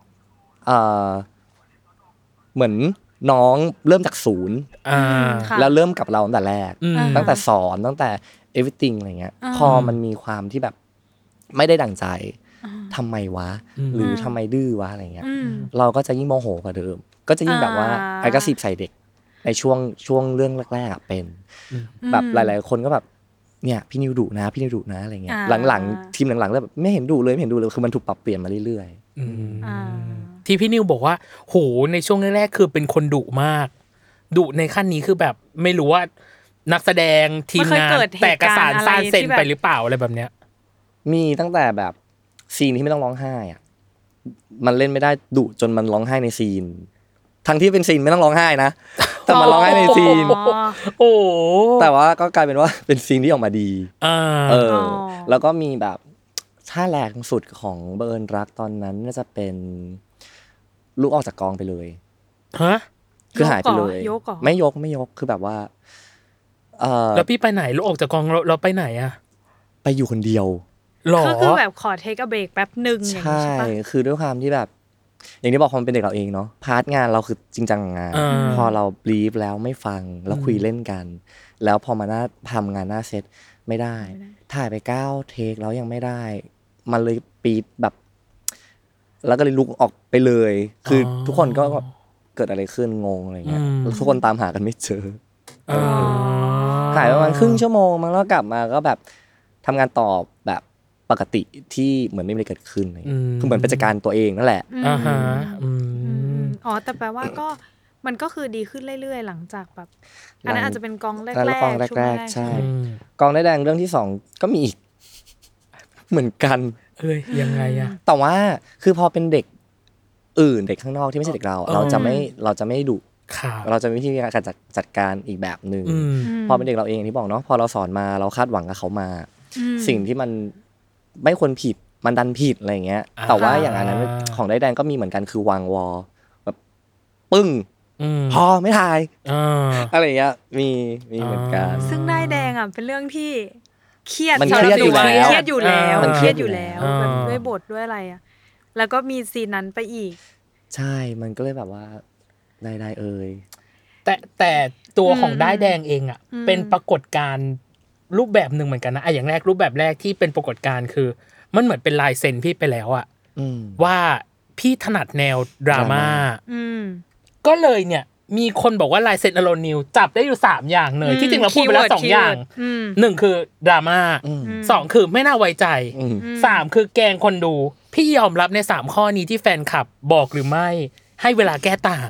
G: เหมือนน้องเริ่มจากศูนย์แล้วเริ่มกับเราตั้งแต่แรกตั้งแต่สอนตั้งแต่ everything อะไรเงี้ยพอมันมีความที่แบบไม่ได้ดั่งใจทำไมวะหรือทำไมดื้อวะอะไรเงี้ยเราก็จะยิ่งโมโหกว่าเดิมก็จะยิ่งแบบว่าไอ้กระสิบใส่เด็กในช่วงช่วงเรื่องแรกๆเป็นแบบหลายๆคนก็แบบเนี่ยพี่นิวดุนะพี่นิวดุนะอะไรเงี้ยหลังๆทีมหลังๆแล้วแบบไม่เห็นดุเลยไม่เห็นดุเลยคือมันถูกปรับเปลี่ยนมาเรื่อย
E: ๆที่พี่นิวบอกว่าโหในช่วงแรกๆคือเป็นคนดุมากดุในขั้นนี้คือแบบไม่รู้ว่านักแสดงทีมงานแตกกระสานซ่านเซนไปหรือเปล่าอะไรแบบเนี้ย
G: มีตั้งแต่แบบซีนที่ไม่ต้องร้องไห้อ่ะมันเล่นไม่ได้ดุจนมันร้องไห้ในซีนทั้งที่เป็นซีนไม่ต้องร้องไห้นะแต่มันร้องไห้ในซีน
E: โอ้
G: แต่ว่าก็กลายเป็นว่าเป็นซีนที่ออกมาดีเออแล้วก็มีแบบท่าแรงสุดของเบิร์นรักตอนนั้นน่าจะเป็นลูกออกจากกองไปเลย
E: ฮะ
G: คือหายไปเลยไม่ยกไม่ยกคือแบบว่าเออ
E: แล้วพี่ไปไหนลูกออกจากกองเราไปไหนอะ
G: ไปอยู่คนเดียว
F: ก็คือแบบขอเทคอะเบรกแป๊บนึง
G: อย่างนี้ใช่ป่ะคือด้วยความที่แบบอย่างที่บอกความเป็นเด็กเราเองเนาะพาร์ทงานเราคือจริงจังกับงานพอเราบลีฟแล้วไม่ฟังแล้วคุยเล่นกันแล้วพอมาหน้าทำงานหน้าเซตไม่ได้ถ่ายไปเก้าเทคแล้วยังไม่ได้มันเลยปี๊ดแบบแล้วก็เลยลุกออกไปเลยคือทุกคนก็เกิดอะไรขึ้นงงอะไรเงี้ยทุกคนตามหากันไม่เจอถ่ายประมาณครึ่งชั่วโมงมั้งแล้วกลับมาก็แบบทำงานต่อแบบปกติที่เหมือนไม่มีอะไรเกิดขึ้นเลยคือเหมือนเป็นจัดการตัวเองนั่นแหละ
E: อ่าฮะ
F: อ๋อแต่แปลว่าก็มันก็คือดีขึ้นเรื่อยๆหลังจากแบบอันนั้นอาจจะเป็นกองแรกๆ
G: กองแรกๆใช่กองได้แดงเรื่องที่สองก็มีอีกเหมือนกัน
E: เอ้ยยังไงอะ
G: แต่ว่าคือพอเป็นเด็กอื่นเด็กข้างนอกที่ไม่ใช่เด็กเราเราจะไม่เราจะไม่ดุเราจะมีวิธีการจัดจัดการอีกแบบนึงพอเป็นเด็กเราเองที่บอกเนาะพอเราสอนมาเราคาดหวังกับเขามาสิ่งที่มันไม่ควรผิดมันดันผิดอะไรเงี้ยแต่ว่าอย่างอันนั้นของได้แดงก็มีเหมือนกันคือวางวอลแบบปึ้งพอไม่ถ่ายอะไรเงี้ยมีมีเหมือนกัน
F: ซึ่งได้แดงอ่ะเป็นเรื่องที่เครียด
G: มันเครียดอยู่แล้ว
F: เครียดอยู่แล้วมันเครียดอยู่แล้วแบบด้วยบทด้วยอะไรอ่ะแล้วก็มีซีนนั้นไปอีก
G: ใช่มันก็เลยแบบว่าได้ได้เอ่ย
E: แต่แต่ตัวของได้แดงเองอ่ะเป็นปรากฏการณ์รูปแบบหนึ่งเหมือนกันนะอ่ะอย่างแรกรูปแบบแรกที่เป็นปรากฏการณ์คือมันเหมือนเป็นลายเซ็นพี่ไปแล้วอ่ะว่าพี่ถนัดแนวดราม่าก็เลยเนี่ยมีคนบอกว่าลายเซ็นอโลนิวจับได้อยู่สามอย่างเลยที่จริงเราพูดไปแล้วสองอย่างหนึ่งคือดราม่าสองคือไม่น่าไว้ใจสามคือแกงคนดูพี่ยอมรับในสามข้อนี้ที่แฟนคลับบอกหรือไม่ให้เวลาแก้ต่าง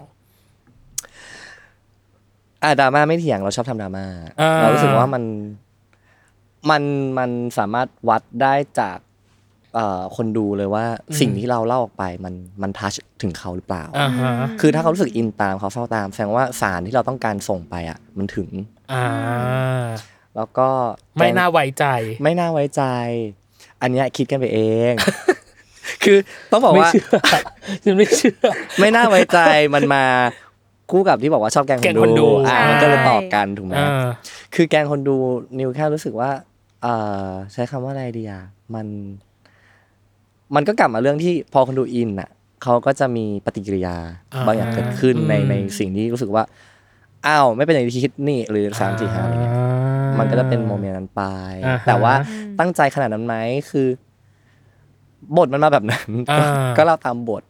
G: อ่ะดราม่าไม่เถียงเราชอบทำดราม่าเรารู้สึกว่ามันมันมันสามารถวัดได้จากคนดูเลยว่าสิ่งที่เราเล่าออกไปมันมันทัชถึงเขาหรือเปล่าคือถ้าเขารู้สึกอินตามเขาเฝ้าตามแสดงว่าสารที่เราต้องการส่งไปอ่ะมันถึงแล้วก็
E: ไม่น่าไว้ใจ
G: ไม่น่าไว้ใจอันนี้คิดกันไปเองคือต้องบอกว่า
E: ฉันไม่เชื่อ
G: ไม่น่าไว้ใจมันมาคู่กับที่บอกว่าชอบแกงคนดูอ่ามันก็เลยต่อกันถูกไหมคือแกงคนดูนิวแค่รู้สึกว่าเอ่อใช้คำว่าอะไรดีอ่ะมันมันก็กลับมาเรื่องที่พอคนดูอินอ่ะเขาก็จะมีปฏิกิริยาบางอย่างเกิดขึ้นในในสิ่งที่รู้สึกว่าอ้าวไม่เป็นอย่างที่คิดนี่หรือสาม สี่ ห้าอะไรเงี้ยมันก็จะเป็นโมเมนต์นั้นไปแต่ว่าตั้งใจขนาดนั้นไหมคือบทมันมาแบบนั้นก็เราตามบท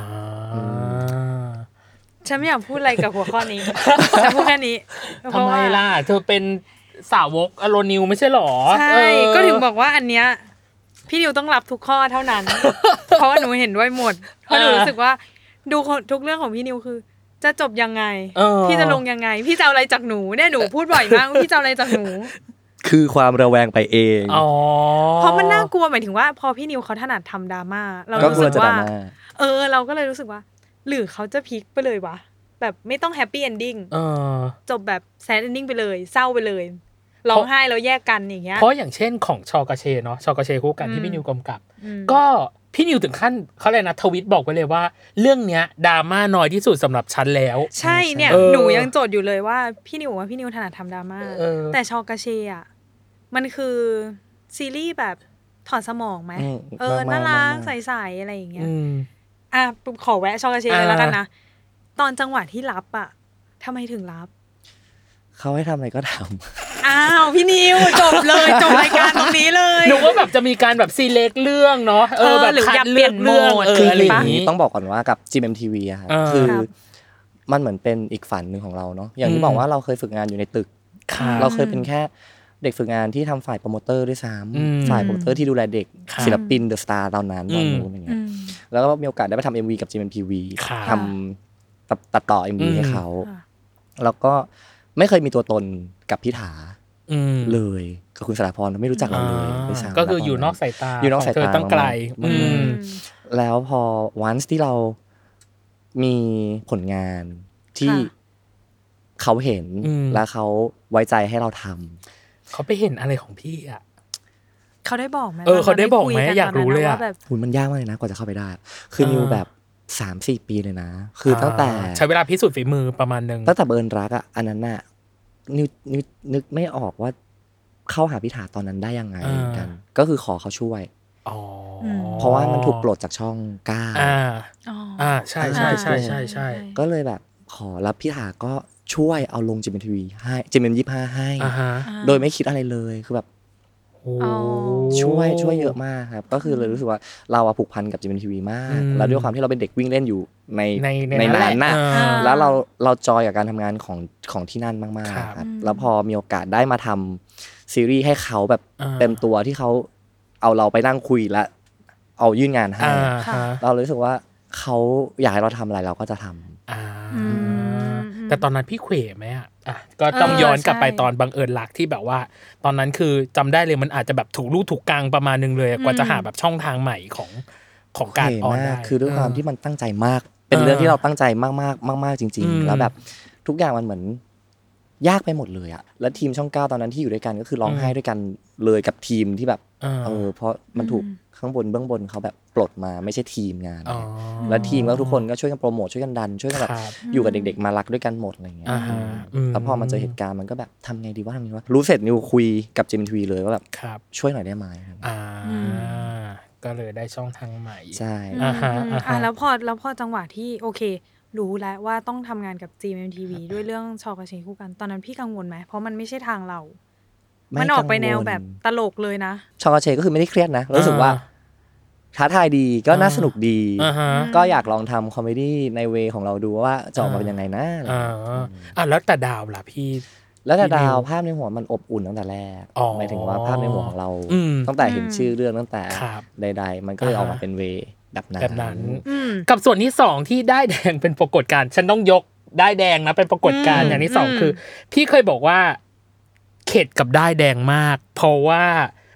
F: ฉันไม่อยากพูดอะไรกับหัวข้อนี้จะพูดแค่นี้
E: ทำไมล่ะเธอเป็นสาวกอโลนิวไม่ใช่หรอ
F: ใช่ก็ถึงบอกว่าอันเนี้ยพี่นิวต้องรับทุกข้อเท่านั้นเพราะว่าหนูเห็นด้วยหมดเพราะหนูรู้สึกว่าดูทุกเรื่องของพี่นิวคือจะจบยังไงพี่จะลงยังไงพี่จะเอาอะไรจากหนูเนี่ยหนูพูดบ่อยมากพี่จะเอาอะไรจากหนู
G: คือความระแวงไปเอง
F: อ๋อเพราะมันน่ากลัวหมายถึงว่าพอพี่นิวเขาถนัดทำดราม่าเรารู้สึกว่าเออเราก็เลยรู้สึกว่าหรือเขาจะพลิกไปเลยวะแบบไม่ต้องแฮปปี้เอนดิ้งจบแบบแซดเอนดิ้งไปเลยเศร้าไปเลยร้องไห้แล้วแยกกันอย่างเงี้ย
E: เพราะอย่างเช่นของชอกาเชเนาะชอกาเชคู่กันที่พี่นิวกำกับก็พี่นิวถึงขั้นเขาเลยนะทวิตบอกไว้เลยว่าเรื่องเนี้ยดราม่าน้อยที่สุดสำหรับฉันแล้ว
F: ใช่เนี่ยหนูยังโจทย์อยู่เลยว่าพี่นิวว่าพี่นิวถนัดทำดราม่าแต่ชอกาเชอ่ะมันคือซีรีส์แบบถอดสมองไหมเออน่ารักใสๆอะไรอย่างเงี้ยอ่ะขอแวะชอกาเชเลยแล้วกันนะตอนจังหวะที่รับอ่ะทำไมถึงรับ
G: เขาให้ทำอะไรก็ทำ
F: อ้าวพี่นิวจบเลยจบรายการตรงนี้เลย
E: หนูว่าแบบจะมีการแบบซีเล็กเรื่องเนาะเออแบบคัดเลือกเรื่อง
G: คืออย่างนี้ต้องบอกก่อนว่ากับ จี เอ็ม ที วี อ่ะคือมันเหมือนเป็นอีกฝันนึงของเราเนาะอย่างที่บอกว่าเราเคยฝึกงานอยู่ในตึกเราเคยเป็นแค่เด็กฝึกงานที่ทำฝ่ายโปรโมเตอร์ด้วยซ้ำฝ่ายโปรโมเตอร์ที่ดูแลเด็กศิลปินเดอะสตาร์ตอนนั้นตอนนู้นอย่างเงี้ยแล้วก็มีโอกาสได้ไปทำ เอ็ม วี กับ จี เอ็ม ที วี ทำตัดต่อ เอ็ม วี ให้เขาแล้วก็ไม่เคยมีตัวตนกับพิธาเลยกับคุณสราพรไม่รู้จักเราเลยไม่ทราบ
E: ก็คืออยู่นอกสายตา
G: อยู่นอกสายตา
E: ตั้งไกล
G: แล้วพอวันที่เรามีผลงานที่เขาเห็นแล้วเขาไว้ใจให้เราท
E: ำเขาไปเห็นอะไรของพี่อ่ะ
F: เขาได้บอกไหม
E: เออเขาได้บอกไหมอยากรู้เลยอ่ะ
G: หุ่นมันยากมากเลยนะกว่าจะเข้าไปได้คือนิวแบบสามสี่ ปีเลยนะคือตั้งแต่
E: ใช้เวลาพิสูจน์ฝีมือประมาณนึง
G: ตั้งแต่เบิร์นรักอ่ะอันนั้นน่ะนิวนิวนึกไม่ออกว่าเข้าหาพิธาตอนนั้นได้ยังไงกันก็คือขอเขาช่วยอ๋อเพราะว่ามันถูกปลดจากช่องเก้าอ่า
E: อ่าใช่ใช่ใช่ใช่ใช่
G: ก็เลยแบบขอรับพิธาก็ช่วยเอาลง จี เอ็ม ที วี ให้ จี เอ็ม ยี่สิบห้า ให้โดยไม่คิดอะไรเลยคือแบบช่วยช่วยเยอะมากครับก็คือเลยรู้สึกว่าเราอะผูกพันกับ จี เอ็ม ที วี มากแล้วด้วยความที่เราเป็นเด็กวิ่งเล่นอยู่ในในนั้นน่ะแล้วเราเราจอยกับการทำงานของของที่นั่นมากๆครับแล้วพอมีโอกาสได้มาทำซีรีส์ให้เขาแบบเต็มตัวที่เขาเอาเราไปนั่งคุยและเอายื่นงานให้เรารู้สึกว่าเขาอยากให้เราทำอะไรเราก็จะทำ
E: แต่ตอนนั้นพี่เขวไหมอ่ะอ่ะก็ต้องย้อนกลับไปตอนบังเอิญรักที่แบบว่าตอนนั้นคือจำได้เลยมันอาจจะแบบถูกลู่ถูกกลางประมาณนึงเลยกว่าจะหาแบบช่องทางใหม่ของของการออนได้
G: คือด้วยความที่มันตั้งใจมากเป็นเรื่องที่เราตั้งใจมากมากมากมากจริงๆแล้วแบบทุกอย่างมันเหมือนยากไปหมดเลยอ่ะแล้วทีมช่องเก้าตอนนั้นที่อยู่ด้วยกันก็คือร้องไห้ด้วยกันเลยกับทีมที่แบบเออเพราะมันถูกข้างบนเบื้องบนเขาแบบปลดมาไม่ใช่ทีมงานแล้วทีมก็ทุกคนก็ช่วยกันโปรโมทช่วยกันดันช่วยกันแบบอยู่กับเด็กๆมารักด้วยกันหมดอะไรเงี้ยแล้วพอมันเจอเหตุการณ์มันก็แบบทำไงดีว่าทำไงวะรู้เสร็จนิวคุยกับ จี เอ็ม ที วี เลยว่าแบบช่วยหน่อยได้ไหม
E: อ่าก็เลยได้ช่องทางใหม่
G: ใช่
F: อ่าฮะอ่าแล้วพอแล้วพอจังหวะที่โอเครู้แล้วว่าต้องทำงานกับ จี เอ็ม ที วี ด้วยเรื่องชอกาเชคู่กันตอนนั้นพี่กังวลไหมเพราะมันไม่ใช่ทางเรามันออกไปแนวแบบตลกเลยนะ
G: ชอกาเชก็คือไม่ได้เครียดนะรู้สึกว่าท้าทายดีก็น่าสนุกดีก็อยากลองทำคอมเมดี้ในเวของเราดูว่าจะออกมาเป็นยังไงนะ
E: อ่าแล้วแต่ดาวล่ะพี่
G: แล้วแต่ดาวภาพในหัวมันอบอุ่นตั้งแต่แรกหมายถึงว่าภาพในหัวของเราตั้งแต่เห็นชื่อเรื่องตั้งแต่ใดๆมันก็เลยออกมาเป็นเวแบบ
E: นั้นกับส่วนที่สองที่ได้แดงเป็นปรากฏการณ์ฉันต้องยกได้แดงนะเป็นปรากฏการณ์อย่างที่สองคือพี่เคยบอกว่าเข็ดกับได้แดงมากเพราะว่า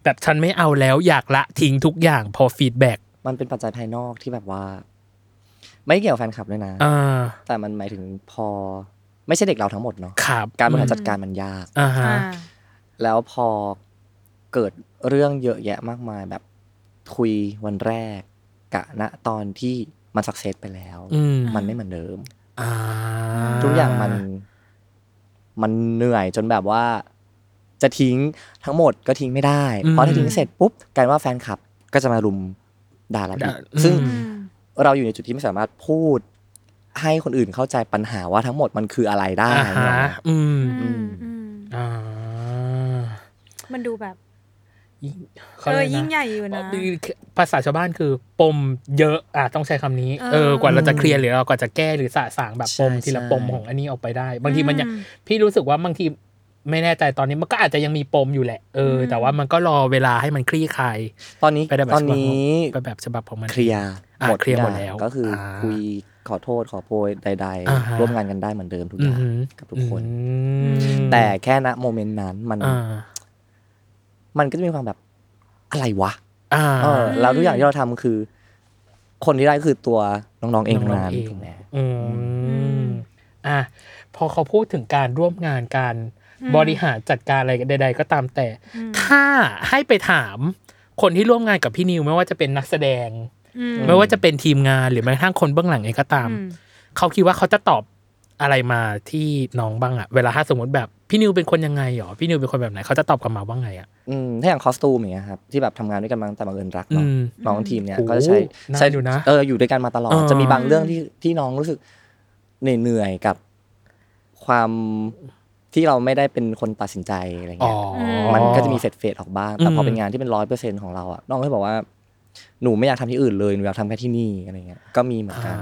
E: แบบฉันไม่เอาแล้วอยากละทิ้งทุกอย่างพอฟีดแบ็ก
G: มันเป็นปัจจัยภายนอกที่แบบว่าไม่เกี่ยวกับแฟนคลับด้วยนะแต่มันหมายถึงพอไม่ใช่เด็กเราทั้งหมดเนาะการบริหารจัดการมันยากแล้วพอเกิดเรื่องเยอะแยะมากมายแบบคุยวันแรกกะณตอนที่มันสักเซสไปแล้วมันไม่เหมือนเดิมทุกอย่างมันมันเหนื่อยจนแบบว่าจะทิ้งทั้งหมดก็ทิ้งไม่ได้เพราะถ้าทิ้งเสร็จปุ๊บกลายว่าแฟนคลับก็จะมารุมด่าเราอีกซึ่งเราอยู่ในจุดที่ไม่สามารถพูดให้คนอื่นเข้าใจปัญหาว่าทั้งหมดมันคืออะไรได้
F: อืมอ่ามันดูแบบเออยิ่งใหญ่อยู่นะ
E: ภาษาชาวบ้านคือปมเยอะอ่ะต้องใช้คำนี้เออกว่าเราจะเคลียร์หรือเรากว่าจะแก้หรือสะสางแบบปมทีละปมของอันนี้ออกไปได้บางทีมันยังพี่รู้สึกว่าบางทีไม่แน่ใจตอนนี้มันก็อาจจะยังมีปมอยู่แหละเออแต่ว่ามันก็รอเวลาให้มันคลี่คลาย
G: ตอนนี้ตอนนี้
E: ไปแบบฉบับของมัน
G: เคลียร์
E: หมดเคลียร์หมดแล้ว
G: ก็คือคุยขอโทษขอโพยใดๆร่วมงานกันได้เหมือนเดิมทุกอย่างกับทุกคนแต่แค่ณโมเมนต์นั้นมันมันก็จะมีความแบบอะไรวะเออแล้วทุกอย่างที่เราทำคือคนที่ได้คือตัวน้องๆเองทั้งนั้นถูกไหม
E: อืมอ่ะพอเขาพูดถึงการร่วมงานการบริหารจัดการอะไรใดๆก็ตามแต่ถ้าให้ไปถามคนที่ร่วมงานกับพี่นิวไม่ว่าจะเป็นนักแสดงไม่ว่าจะเป็นทีมงานหรือแม้กระทั่งคนเบื้องหลังเองก็ตามเขาคิดว่าเขาจะตอบอะไรมาที่น้องบ้างอะเวลาถ้าสมมติแบบพี่นิวเป็นคนยังไงหรอพี่นิวเป็นคนแบบไหนเขาจะตอบกลับมาว่าไงอะ
G: อืมถ้าอย่างคอสตูมอย่างเงี้ยครับที่แบบทำงานด้วยกันมาตั้งแต่บังเอิญรักเนาะน้องทีมเนี้ยก็จะใช้ใช้อยู่นะเอออยู่ด้วยกันมาตลอดจะมีบางเรื่องที่ที่น้องรู้สึกเหนื่อยกับความที่เราไม่ได้เป็นคนตัดสินใจอะไรเงี้ยมันก็จะมีเฟดเฟดออกบ้างแต่พอเป็นงานที่เป็นร้อยเปอร์เซ็นต์ของเราอะน้องก็บอกว่าหนูไม่อยากทำที่อื่นเลยหนูอยากทำแค่ที่นี่อะไรเงี้ยก็มีเหมือนกัน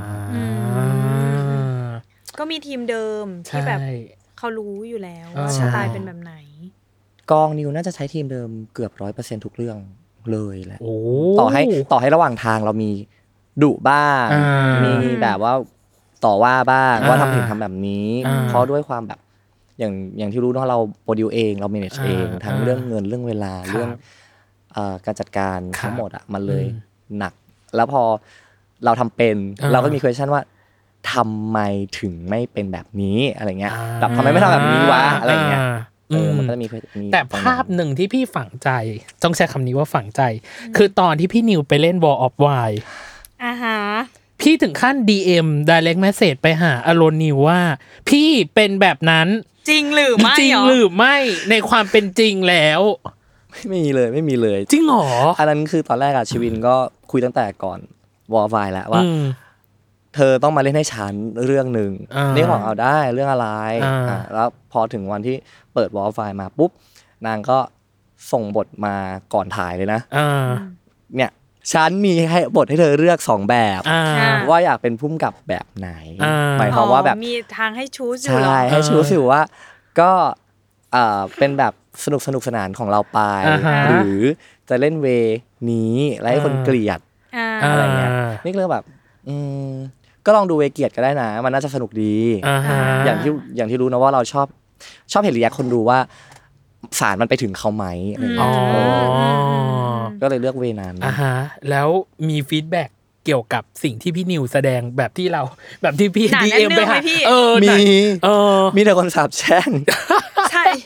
F: ก็มีทีมเดิมที่แบบเขารู้อยู่แล้วว่าสไตล์เป็นแบบไหน
G: กองนิวน่าจะใช้ทีมเดิมเกือบร้อยเปอร์เซ็นต์ทุกเรื่องเลยแหละต่อให้ต่อให้ระหว่างทางเรามีดุบ้างมีแบบว่าต่อว่าบ้างว่าทำถึงทำแบบนี้เพราะด้วยความแบบอย่างอย่างที่รู้เนาะเราโปรดิวเองเราเมเนจเองทั้งเรื่องเงินเรื่องเวลาเรื่องการจัดการทั้งหมดอ่ะมันเลยหนักแล้วพอเราทำเป็นเราก็มี question ว่าทำไมถึงไม่เป็นแบบนี้อะไรเงี้ยแบบทำไมไม่ทำแบบนี้วะอะไรเงี้ยเออมันก็จะมี
E: แต่ภาพหนึ่งที่พี่ฝังใจต้องใช้คำนี้ว่าฝังใจคือตอนที่พี่นิวไปเล่น Wall of Wine
F: อ่าฮะ
E: พี่ถึงขั้น ดี เอ็ม direct message ไปหาอโลนิวว่าพี่เป็นแบบนั้น
F: จริงหรือไม่
E: จริงหรือไม่ในความเป็นจริงแล้ว
G: ไม่มีเลยไม่มีเลย
E: จริงหรอ
G: อันนั้นคือตอนแรกอะชีวินก็คุยตั้งแต่ก่อน Wall of Wine แล้วว่าเธอต้องมาเล่นให้ฉันเรื่องนึงนี่บอกเอาได้เรื่องอะไรอ่ะแล้วพอถึงวันที่เปิด Wall of Wine มาปุ๊บนางก็ส่งบทมาก่อนถ่ายเลยนะเนี่ยฉันมีให้บทให้เธอเลือกสองแบบว่าอยากเป็นผู้กำกับแบบไหนหมายความว่าแบบ
F: มีทางให้ชูส
G: อยู่ใช่ให้ชูสอยู่ว่าก็เอ่อเป็นแบบสนุกสนุกสนานของเราไปหรือจะเล่นเวนี้แล้วให้คนเกลียดอะไรเงี้ยนี่ก็เลยแบบอืมก็ลองดูเวเกียรติก็ได้นะมันน่าจะสนุกดีอย่างที่อย่างที่รู้นะว่าเราชอบชอบเห็นรีแอคคนดูว่าสารมันไปถึงเขาไหมอะไรเงี้ยก็เลยเลือกเวนั้น
E: อ่าฮะแล้วมีฟีดแบ็กเกี่ยวกับสิ่งที่พี่นิวแสดงแบบที่เราแบบที่พี่ ดี เอ็ม ไปหา
F: เอ
G: อมีเออมีแต่คนสาปแช่ง
F: ใช่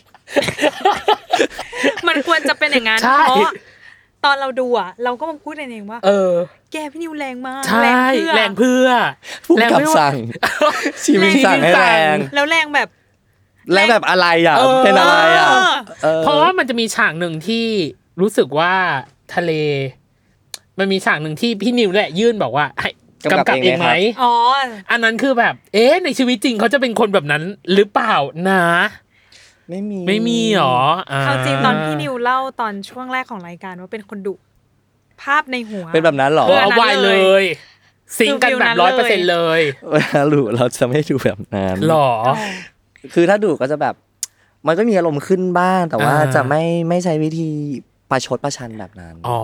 F: มันควรจะเป็นอย่างนั้นเพราะตอนเราดูอ่ะเราก็มาพูดเองว่าเออแกพี่นิวแรงมาก
E: แรงเพื่อแรงเพื่อ
G: แรงกับสั่งชีวิตสั่งให้แรง
F: แล้วแรงแบบ
G: แรงแบบอะไรอ่ะเป็นอะไรอ่ะ
E: เพราะว่ามันจะมีฉากหนึ่งที่รู้สึกว่าทะเลมันมีฉากหนึ่งที่พี่นิวแหละยื่นบอกว่าให้กำกับเองไหมอ๋ออันนั้นคือแบบเอ๊ะในชีวิตจริงเขาจะเป็นคนแบบนั้นหรือเปล่านะ
G: ไม่มี
E: ไม่มีหรอ
F: เขาจริงตอนพี่นิวเล่าตอนช่วงแรกของรายการว่าเป็นคนดุภาพในหัว
G: เป็นแบบนั้นหรอ
E: วายเลยซิงกันแบบ ร้อยเปอร์เซ็นต์ เลย
G: เวลาดุเราจะไม่ดูแบบนั้น
E: หรอ
G: คือถ้าดุก็จะแบบมันก็มีอารมณ์ขึ้นบ้างแต่ว่าจะไม่ไม่ใช้วิธีประชดประชันแบบนั้น
E: อ๋อ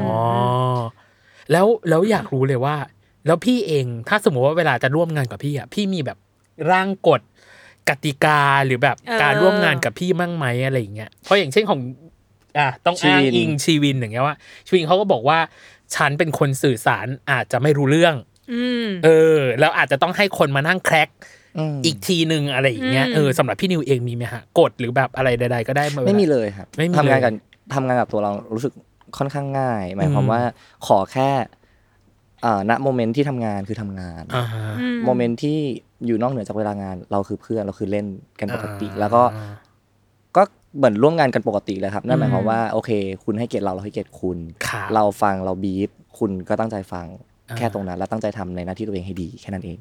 E: แล้วแล้วอยากรู้เลยว่าแล้วพี่เองถ้าสมมติว่าเวลาจะร่วมงานกับพี่อ่ะพี่มีแบบร่างกฎกติกาหรือแบบการร่วมงานกับพี่มั่งไหมอะไรอย่างเงี้ยเพราะอย่างเช่นของอ่ะต้องอ้างอิงชีวินอย่างเงี้ยว่าชีวินเขาก็บอกว่าฉันเป็นคนสื่อสารอาจจะไม่รู้เรื่องเออแล้วอาจจะต้องให้คนมานั่งแคร็กอีกทีนึงอะไรอย่างเงี้ยเออสำหรับพี่นิวเองมีไหมฮะกฎหรือแบบอะไรใดๆก็ได้
G: ไม่มีเลยครับทำงานกันทำงานกับตัวเรารู้สึกค่อนข้างง่ายหมายความว่าขอแค่อ่าณโมเมนต์ที่ทำงานคือทำงานโมเมนต์ที่อยู่นอกเหนือจากเวลางานเราคือเพื่อนเราคือเล่นกันปกติแล้วก็ก็เหมือนร่วมงานกันปกติเลยครับนั่นหมายความว่าโอเคคุณให้เกียรติเราเราให้เกียรติคุณเราฟังเราบีฟคุณก็ตั้งใจฟังแค่ตรงนั้นแล้วตั้งใจทำในหน้าที่ตัวเองให้ดีแค่นั้นเอง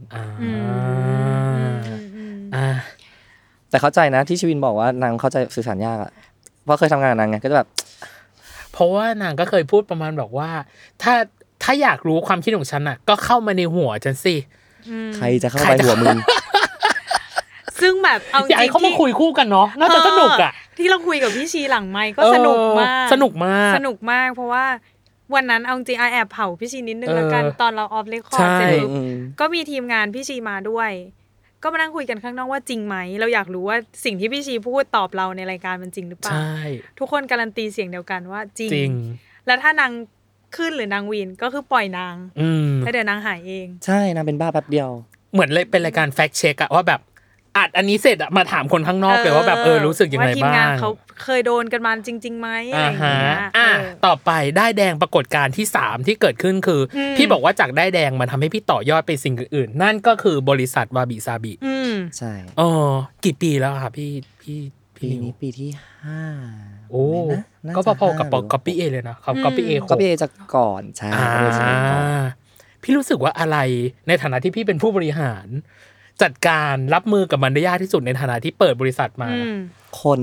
G: แต่เข้าใจนะที่ชวินบอกว่านางเข้าใจสื่อสารยากอ่ะเพราะเคยทำงานกับนางไงก็จะแบบ
E: เพราะว่านางก็เคยพูดประมาณบอกว่าถ้าถ้าอยากรู้ความคิดของฉันอ่ะก็เข้ามาในหัวฉันสิ
G: ใครจะเข้าไปหัวมึง
F: ซึ่งแบบเอาจริง
E: ๆอยากให้เขามาคุยคู่กันเนาะน่าจะสนุกอ่ะ
F: ที่เราคุยกับพี่ชีหลังไมค์ก็สนุกมาก
E: สนุกมาก
F: สนุกมากเพราะว่าวันนั้นเอาจริงแอบเผาพี่ชีนิดนึงแล้วกันตอนเราออฟเรคคอร์ดเสร็จก็มีทีมงานพี่ชีมาด้วยก็มานั่งคุยกันข้างนอกว่าจริงไหมเราอยากรู้ว่าสิ่งที่พี่ชีพูดตอบเราในรายการมันจริงหรือเปล่าทุกคนการันตีเสียงเดียวกันว่าจริงแล้วถ้านางขึ้นหรือนางวีนก็คือปล่อยนางแล้วเดี๋ยวนางหายเอง
G: ใช่นางเป็นบ้าแป๊บเดียว
E: เหมือนเลยเป็นรายการแฟกต์เช็คอะว่าแบบอัดอันนี้เสร็จอะมาถามคนข้างนอกเลยว่าแบบเออรู้สึกยังไงบ้างว่าทีมงาน
F: เขาเคยโดนกันมาจริงๆไหมอะไรอย่างเงี้ย
E: อ่ะต่อไปได้แดงปรากฏการณ์ที่สามที่เกิดขึ้นคือพี่บอกว่าจากได้แดงมันทำให้พี่ต่อยอดไปสิ่งอื่นๆนั่นก็คือบริษัทวาบิซาบิ
G: ใช่
E: อ๋อกี่ปีแล้วครับพี่พี่
G: ปีนี้ปีที่ห้า
E: โอ้ก็พอๆกับก๊อปปี้เอเลยนะครับก๊อปปี้เอ
G: ก๊อปปี้เอจากก่อนใช่
E: พี่รู้สึกว่าอะไรในฐานะที่พี่เป็นผู้บริหารจัดการรับมือกับมันได้ยากที่สุดในฐานะที่เปิดบริษัทมา
G: คน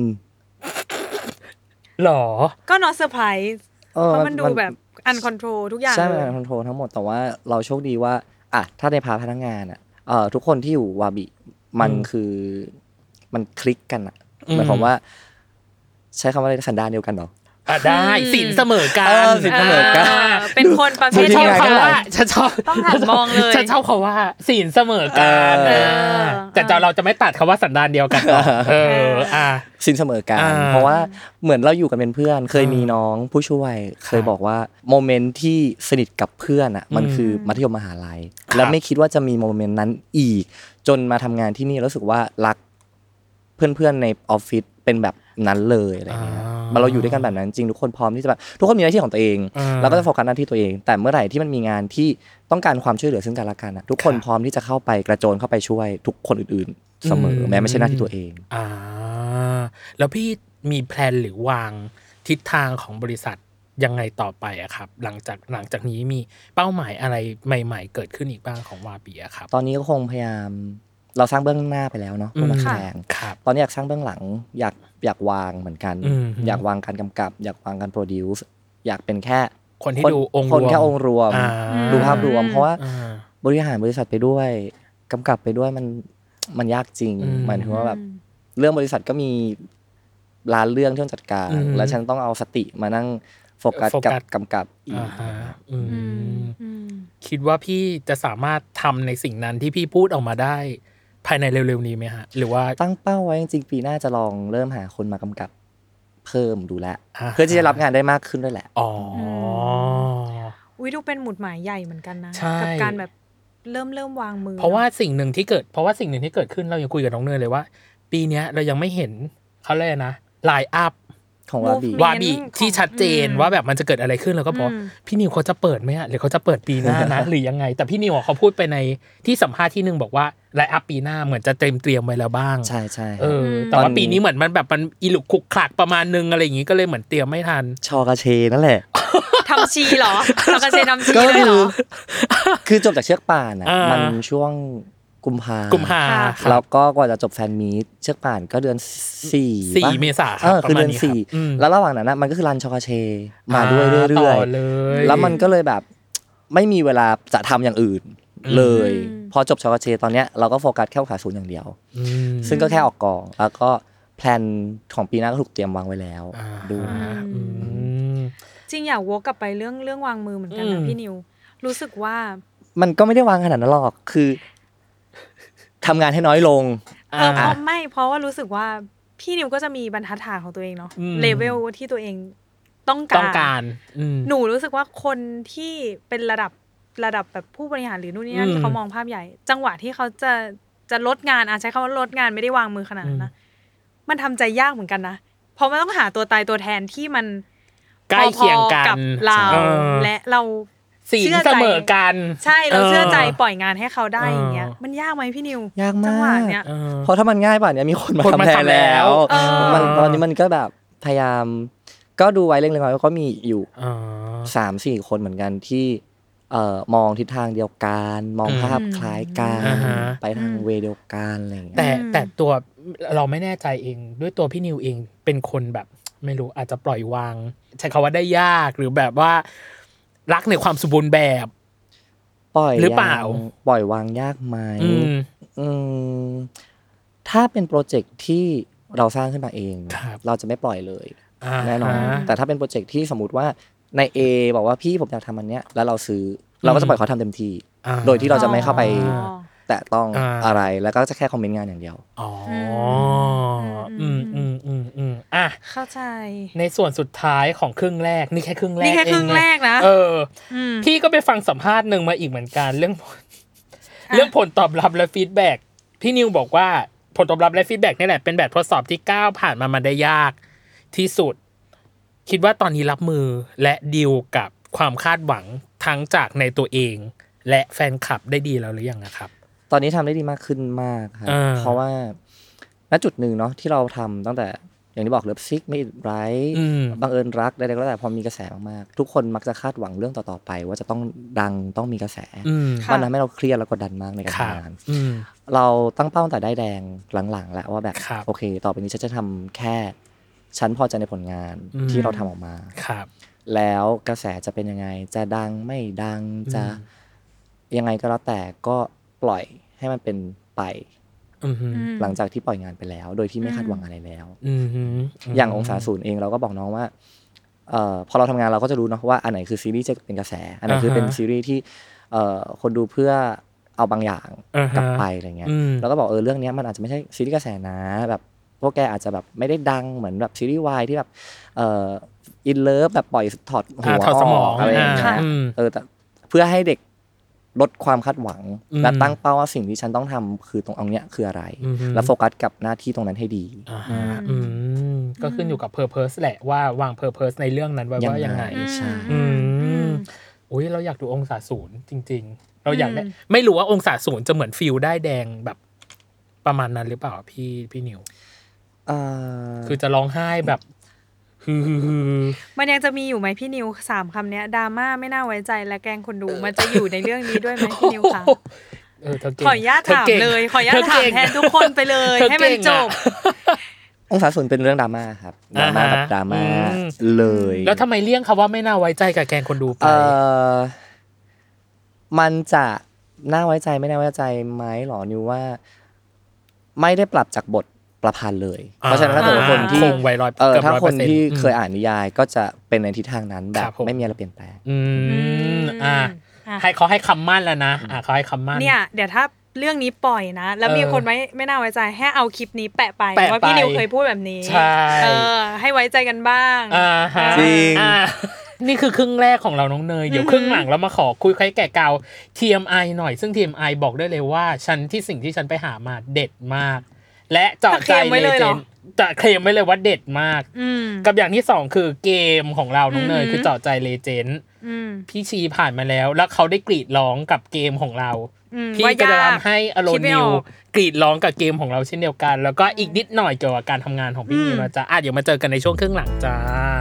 E: หรอ
F: ก็ not surprise เพราะมันดูแบบ uncontrol ทุกอย่าง
G: ใช่ uncontrol ทั้งหมดแต่ว่าเราโชคดีว่าอ่ะถ้าในพาร์ทพนักงานอ่ะเอ่อทุกคนที่อยู่วาบิมันคือมันคลิกกันอ่ะหมายความว่าใช้คำว่าอะไรสันดานเดียวกันหรอ
E: อ่ะได้ศีลเสมอกัน
G: ศีลเสมอกัน
F: เป็นคนประเภท
E: ชอบคำว่าฉันชอบ
F: ต้องหันมองเลย
E: ฉันชอบคำว่าศีลเสมอกันแต่เราจะไม่ตัดคำว่าสันดานเดียวกันเอออ่ะ
G: ศีลเสมอกันเพราะว่าเหมือนเราอยู่กันเป็นเพื่อนเคยมีน้องผู้ช่วยเคยบอกว่าโมเมนต์ที่สนิทกับเพื่อนอ่ะมันคือมัธยมมหาลัยแล้วไม่คิดว่าจะมีโมเมนต์นั้นอีกจนมาทำงานที่นี่รู้สึกว่ารักเพื่อนๆในออฟฟิศเป็นแบบนั้นเลยอะไรเงี้ยมาเราอยู่ด้วยกันแบบนั้นจริงทุกคนพร้อมที่จะแบบทุกคนมีหน้าที่ของตัวเองแล้วก็จะโฟกัสหน้าที่ตัวเองแต่เมื่อไหร่ที่มันมีงานที่ต้องการความช่วยเหลือซึ่งกันและกันทุกคนพร้อมที่จะเข้าไปกระโจนเข้าไปช่วยทุกคนอื่นๆเสมอแม้ไม่ใช่หน้าที่ตัวเอง
E: อ่าแล้วพี่มีแพลนหรือวางทิศทางของบริษัทยังไงต่อไปอะครับหลังจากหลังจากนี้มีเป้าหมายอะไรใหม่ๆเกิดขึ้นอีกบ้างของวาบิอะครับ
G: ตอนนี้ก็คงพยายามเราสร้างเบื้องหน้าไปแล้วเนาะพวกนักแสดงตอนนี้อยากสร้างเบื้องหลังอยากอยากวางเหมือนกันอยากวางการกำกับอยากวางการโปรดิวซ์อยากเป็นแค่
E: คนที่ดูองค์รวม
G: คนแค่องค์รวมดูภาพรวมเพราะว่าบริหารบริษัทไปด้วยกำกับไปด้วยมันมันยากจริงหมายถึงว่าแบบเรื่องบริษัทก็มีล้านเรื่องที่ต้องจัดการแล้วฉันต้องเอาสติมานั่งโฟกัสกับกำกับอีก
E: คิดว่าพี่จะสามารถทำในสิ่งนั้นที่พี่พูดออกมาได้ภายในเร็วๆนี้ไหมฮะหรือว่า
G: ตั้งเป้าไว้จริงๆปีหน้าจะลองเริ่มหาคนมากำกับเพิ่มดูแลเพื่อที่จะรับงานได้มากขึ้นด้วยแหละ
E: อ๋อ
F: อุ้ยดูเป็นหมุดหมายใหญ่เหมือนกันนะกับการแบบเริ่มเริ่มวางมือ
E: เพราะว่าสิ่งหนึ่งที่เกิดเพราะว่าสิ่งหนึ่งที่เกิดขึ้นเรายังคุยกับน้องเนยเลยว่าปีนี้เรายังไม่เห็นเขาเรียกนะไลน์อัพ
G: ของวาบิ
E: วาบิที่ชัดเจนว่าแบบมันจะเกิดอะไรขึ้นแล้วก็พอพี่นิวเขาจะเปิดไหมอ่ะหรือเขาจะเปิดปีหน้านะ หรือยังไงแต่พี่นิวเขาพูดไปในที่สัมภาษณ์ที่นึงบอกว่าไลน์อัพปีหน้าเหมือนจะเตรียมเตรียมไว้แล้วบ้าง
G: ใช่ใช่
E: เออแต่ว่าปีนี้เหมือนมันแบบมันอีลุกคุกคลักประมาณนึงอะไรอย่างงี้ก็เลยเหมือนเตรียมไม่ทัน
G: ชอกระเชนั่นแหละ
F: ทำชีเหรอชอกระเชทำชีเลยเหรอ
G: คือจบจากเชือกป่านอ่ะมันช่วงกุมภา
E: กุมภา
G: แล้วก็กว่าจะจบแฟนมีตเชือกป่านก็เดือนสี่
E: สี่เมษา
G: เออคือเดือนสี่แล้วระหว่างนั้นนะมันก็คือรันชอกาเชมาด้วยเรื่อยๆแล้วมันก็เลยแบบไม่มีเวลาจะทำอย่างอื่นเลยพอจบชอกาเชตอนเนี้ยเราก็โฟกัสแค่ขาศูนย์อย่างเดียวซึ่งก็แค่ออกกองแล้วก็แพลนของปีหน้าก็ถูกเตรียมวางไว้แล้วดู
F: จริงอยากวกกลับไปเรื่องเรื่องวางมือเหมือนกันนะพี่นิวรู้สึกว่า
G: มันก็ไม่ได้วางขนาดนั้นหรอกคือทำงานให้น้อยลง
F: เออเพราะไม่เพราะว่ารู้สึกว่าพี่นิวก็จะมีบรรทัดฐานของตัวเองเนาะเลเวลที่ตัวเองต้องการ
E: ต้องการ
F: หนูรู้สึกว่าคนที่เป็นระดับระดับแบบผู้บริหารหรือนู่นนี่นั่นที่เขามองภาพใหญ่จังหวะที่เขาจะจะลดงานอาจใช้คำว่าลดงานไม่ได้วางมือขนาดนั้นนะมันทำใจยากเหมือนกันนะเพราะมันต้องหาตัวตายตัวแทนที่มัน
E: ใกล้เคียงกัน
F: กับเราและเรา
E: เชื่อเสมอกัน
F: ใช่เราเชื่อใจปล่อยงานให้เขาได้อย่างเงี้ยมันยากไหมพี่นิวย
G: ากมาก
F: จังหวะเนี้ย
G: เพราะถ้ามันง่ายป่ะเนี้ยมีคนมาทำแทนแล้วมันตอนนี้มันก็แบบพยายามก็ดูไว้เล็กๆน้อยๆก็มีอยู่ สามสี่ คนเหมือนกันที่เอ่อมองทิศทางเดียวกันมองภาพคล้ายกันไปทางเวเดียวกันอะไรอย่างเงี้ย
E: แต่แต่ตัวเราไม่แน่ใจเองด้วยตัวพี่นิวเองเป็นคนแบบไม่รู้อาจจะปล่อยวางใช้คำว่าได้ยากหรือแบบว่ารักในความสมบูรณ์แบบ
G: ปล่อย
E: หรือเปล่า
G: ปล่อยวางยากไหมอืมถ้าเป็นโปรเจกต์ที่เราสร้างขึ้นมาเองเราจะไม่ปล่อยเลยแน่นอนแต่ถ้าเป็นโปรเจกต์ที่สมมุติว่าใน A บอกว่าพี่ผมอยากทำอันเนี้ยแล้วเราซื้อเราก็จะปล่อยเขาทำเต็มที่โดยที่เราจะไม่เข้าไปแตะต้องอะไรแล้วก็จะแค่คอมเมนต์งานอย่างเดียว
E: อ๋ออืมอืมอืมอืมอ่ะ
F: เข้าใจ
E: ในส่วนสุดท้ายของครึ่งแรกนี่แค่ครึ่งแรก
F: นี่แค่ครึ่งแรกนะ
E: เออพี่ก็ไปฟังสัมภาษณ์นึงมาอีกเหมือนกันเรื่องเรื่องผลตอบรับและฟีดแบ็กพี่นิวบอกว่าผลตอบรับและฟีดแบ็กนี่แหละเป็นแบบทดสอบที่ก้าวผ่านมามันได้ยากที่สุดคิดว่าตอนนี้รับมือและดีลกับความคาดหวังทั้งจากในตัวเองและแฟนคลับได้ดีแล้วหรือยังนะครับ
G: ตอนนี้ทำได้ดีมากขึ้นมากครับเพราะว่าณจุดหนึ่งเนาะที่เราทำตั้งแต่อย่างที่บอกเลิฟซิกไม่ไร้บังเอิญรักใดๆก็แล้วแต่พอมีกระแสมากๆทุกคนมักจะคาดหวังเรื่องต่อๆไปว่าจะต้องดังต้องมีกระแสมันทำให้เราเครียดแล้วกดดันมากในการทำงานเราตั้งเป้าแต่ได้แดงหลังๆแล้วว่าแบบโอเคต่อไปนี้ฉันจะทำแค่ฉันพอใจในผลงานที่เราทำออกมาแล้วกระแสจะเป็นยังไงจะดังไม่ดังจะยังไงก็แล้วแต่ก็ปล่อยให้มันเป็นไปหลังจากที่ปล่อยงานไปแล้วโดยที่ไม่คาดหวังอะไรแล้วอย่างองศาศูนย์เองเราก็บอกน้องว่าเอ่อพอเราทำงานเราก็จะรู้เนาะว่าอันไหนคือซีรีส์จะเป็นกระแสอันไหนคือเป็นซีรีส์ที่เอ่อคนดูเพื่อเอาบางอย่างกลับไปอะไรเงี้ยแล้วก็บอกเออเรื่องนี้มันอาจจะไม่ใช่ซีรีส์กระแสนะแบบพวกแกอาจจะแบบไม่ได้ดังเหมือนแบบซีรีส์วายที่แบบเอ่ออินเลิฟแบบปล่อยถอดหัว
E: ถอดสมอง
G: อะไรอย่างเงี้ยเออแต่เพื่อให้เด็กลดความคาดหวังและตั้งเป้าว่าสิ่งที่ฉันต้องทำคือตรงเอาเนี้ยคืออะไรแล้วโฟกัสกับหน้าที่ตรงนั้นให้ดี
E: ก็ขึ้นอยู่กับ purpose แหละว่าวาง purpose ในเรื่องนั้นไว้ว่ายังไง
G: ใช่
E: อุ้ยเราอยากดูองศาศูนย์จริงๆเราอยากได้ไม่รู้ว่าองศาศูนย์จะเหมือนฟิลได้แดงแบบประมาณนั้นหรือเปล่าพี่พี่นิวคือจะร้องไห้แบบ
F: มันยังจะมีอยู่ไหมพี่นิวสามคำนี้ดราม่าไม่น่าไว้ใจและแกล้งคนดูมันจะอยู่ในเรื่องนี้ด้วยไหมพี่นิวคะขออนุญาตถามเลยขออนุญาตถามแทนทุกคนไปเลยให้มันจบ
G: องศาศูนย์เป็นเรื่องดราม่าครับดราม่าแบบดราม่าเลย
E: แล้วทำไมเลี่ยงคำว่าไม่น่าไว้ใจกับแกล้งคนดูไป
G: มันจะน่าไว้ใจไม่น่าไว้ใจไหมหรอนิวว่าไม่ได้ปรับจากบทประพันธ์เลยเพราะฉะนั้นถ้าเกิดคนที่เออถ้าคนที่เคยอ่านนิยายก็จะเป็นในทิศทางนั้นแบบไม่มีอะไรเปลี่ยนแปลง
E: อืมอ่าให้เขาให้คำมั่นแล้วนะอ่าเขาให้คำมั่น
F: เนี่ยเดี๋ยวถ้าเรื่องนี้ปล่อยนะแล้วมีคนไม่ไม่น่าไว้ใจให้เอาคลิปนี้แปะไปว่าพี่นิวเคยพูดแบบนี้เออให้ไว้ใจกันบ้าง
G: จริง
E: นี่คือครึ่งแรกของเราน้องเนยเดี๋ยวครึ่งหลังเรามาขอคุยใครแก่เก่า ที เอ็ม ไอ หน่อยซึ่ง ที เอ็ม ไอ บอกได้เลยว่าฉันที่สิ่งที่ฉันไปหามาเด็ดมากและเจาะใจเลเจนด์จะเคลมไว้เลยว่าเด็ดมากกับอย่างที่สองคือเกมของเราน้องเนยคือเจาะใจเลเจนด์พี่ชีผ่านมาแล้วแล้วเขาได้กรีดร้องกับเกมของเราพี่ก็จะทำให้อโลนิวกรีดร้องกับเกมของเราเช่นเดียวกันแล้วก็อีกนิดหน่อยเกี่ยวกับการทำงานของพี่นิวนะจ๊ะอ่ะเดี๋ยวมาเจอกันในช่วงครึ่งหลังจ้า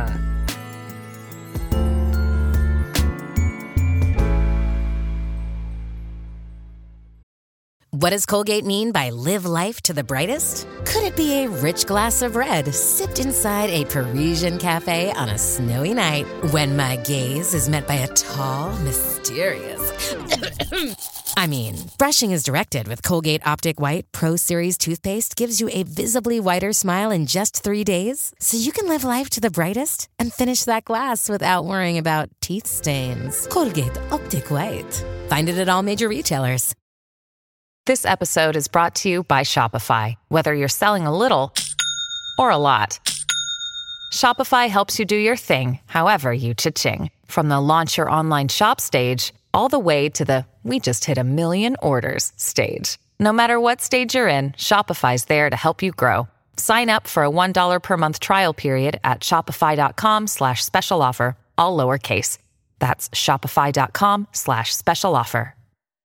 B: What does Colgate mean by live life to the brightest? Could it be a rich glass of red sipped inside a Parisian cafe on a snowy night when my gaze is met by a tall, mysterious... I mean, brushing is directed with Colgate Optic White Pro Series toothpaste gives you a visibly whiter smile in just three days, so you can live life to the brightest and finish that glass without worrying about teeth stains. Colgate Optic White. Find it at all major retailers.
H: This episode is brought to you by Shopify. Whether you're selling a little or a lot, Shopify helps you do your thing, however you cha-ching. From the launch your online shop stage, all the way to the we just hit a million orders stage. No matter what stage you're in, Shopify's there to help you grow. Sign up for a one dollar per month trial period at shopify.com slash special offer, all lowercase. That's shopify.com slash special offer.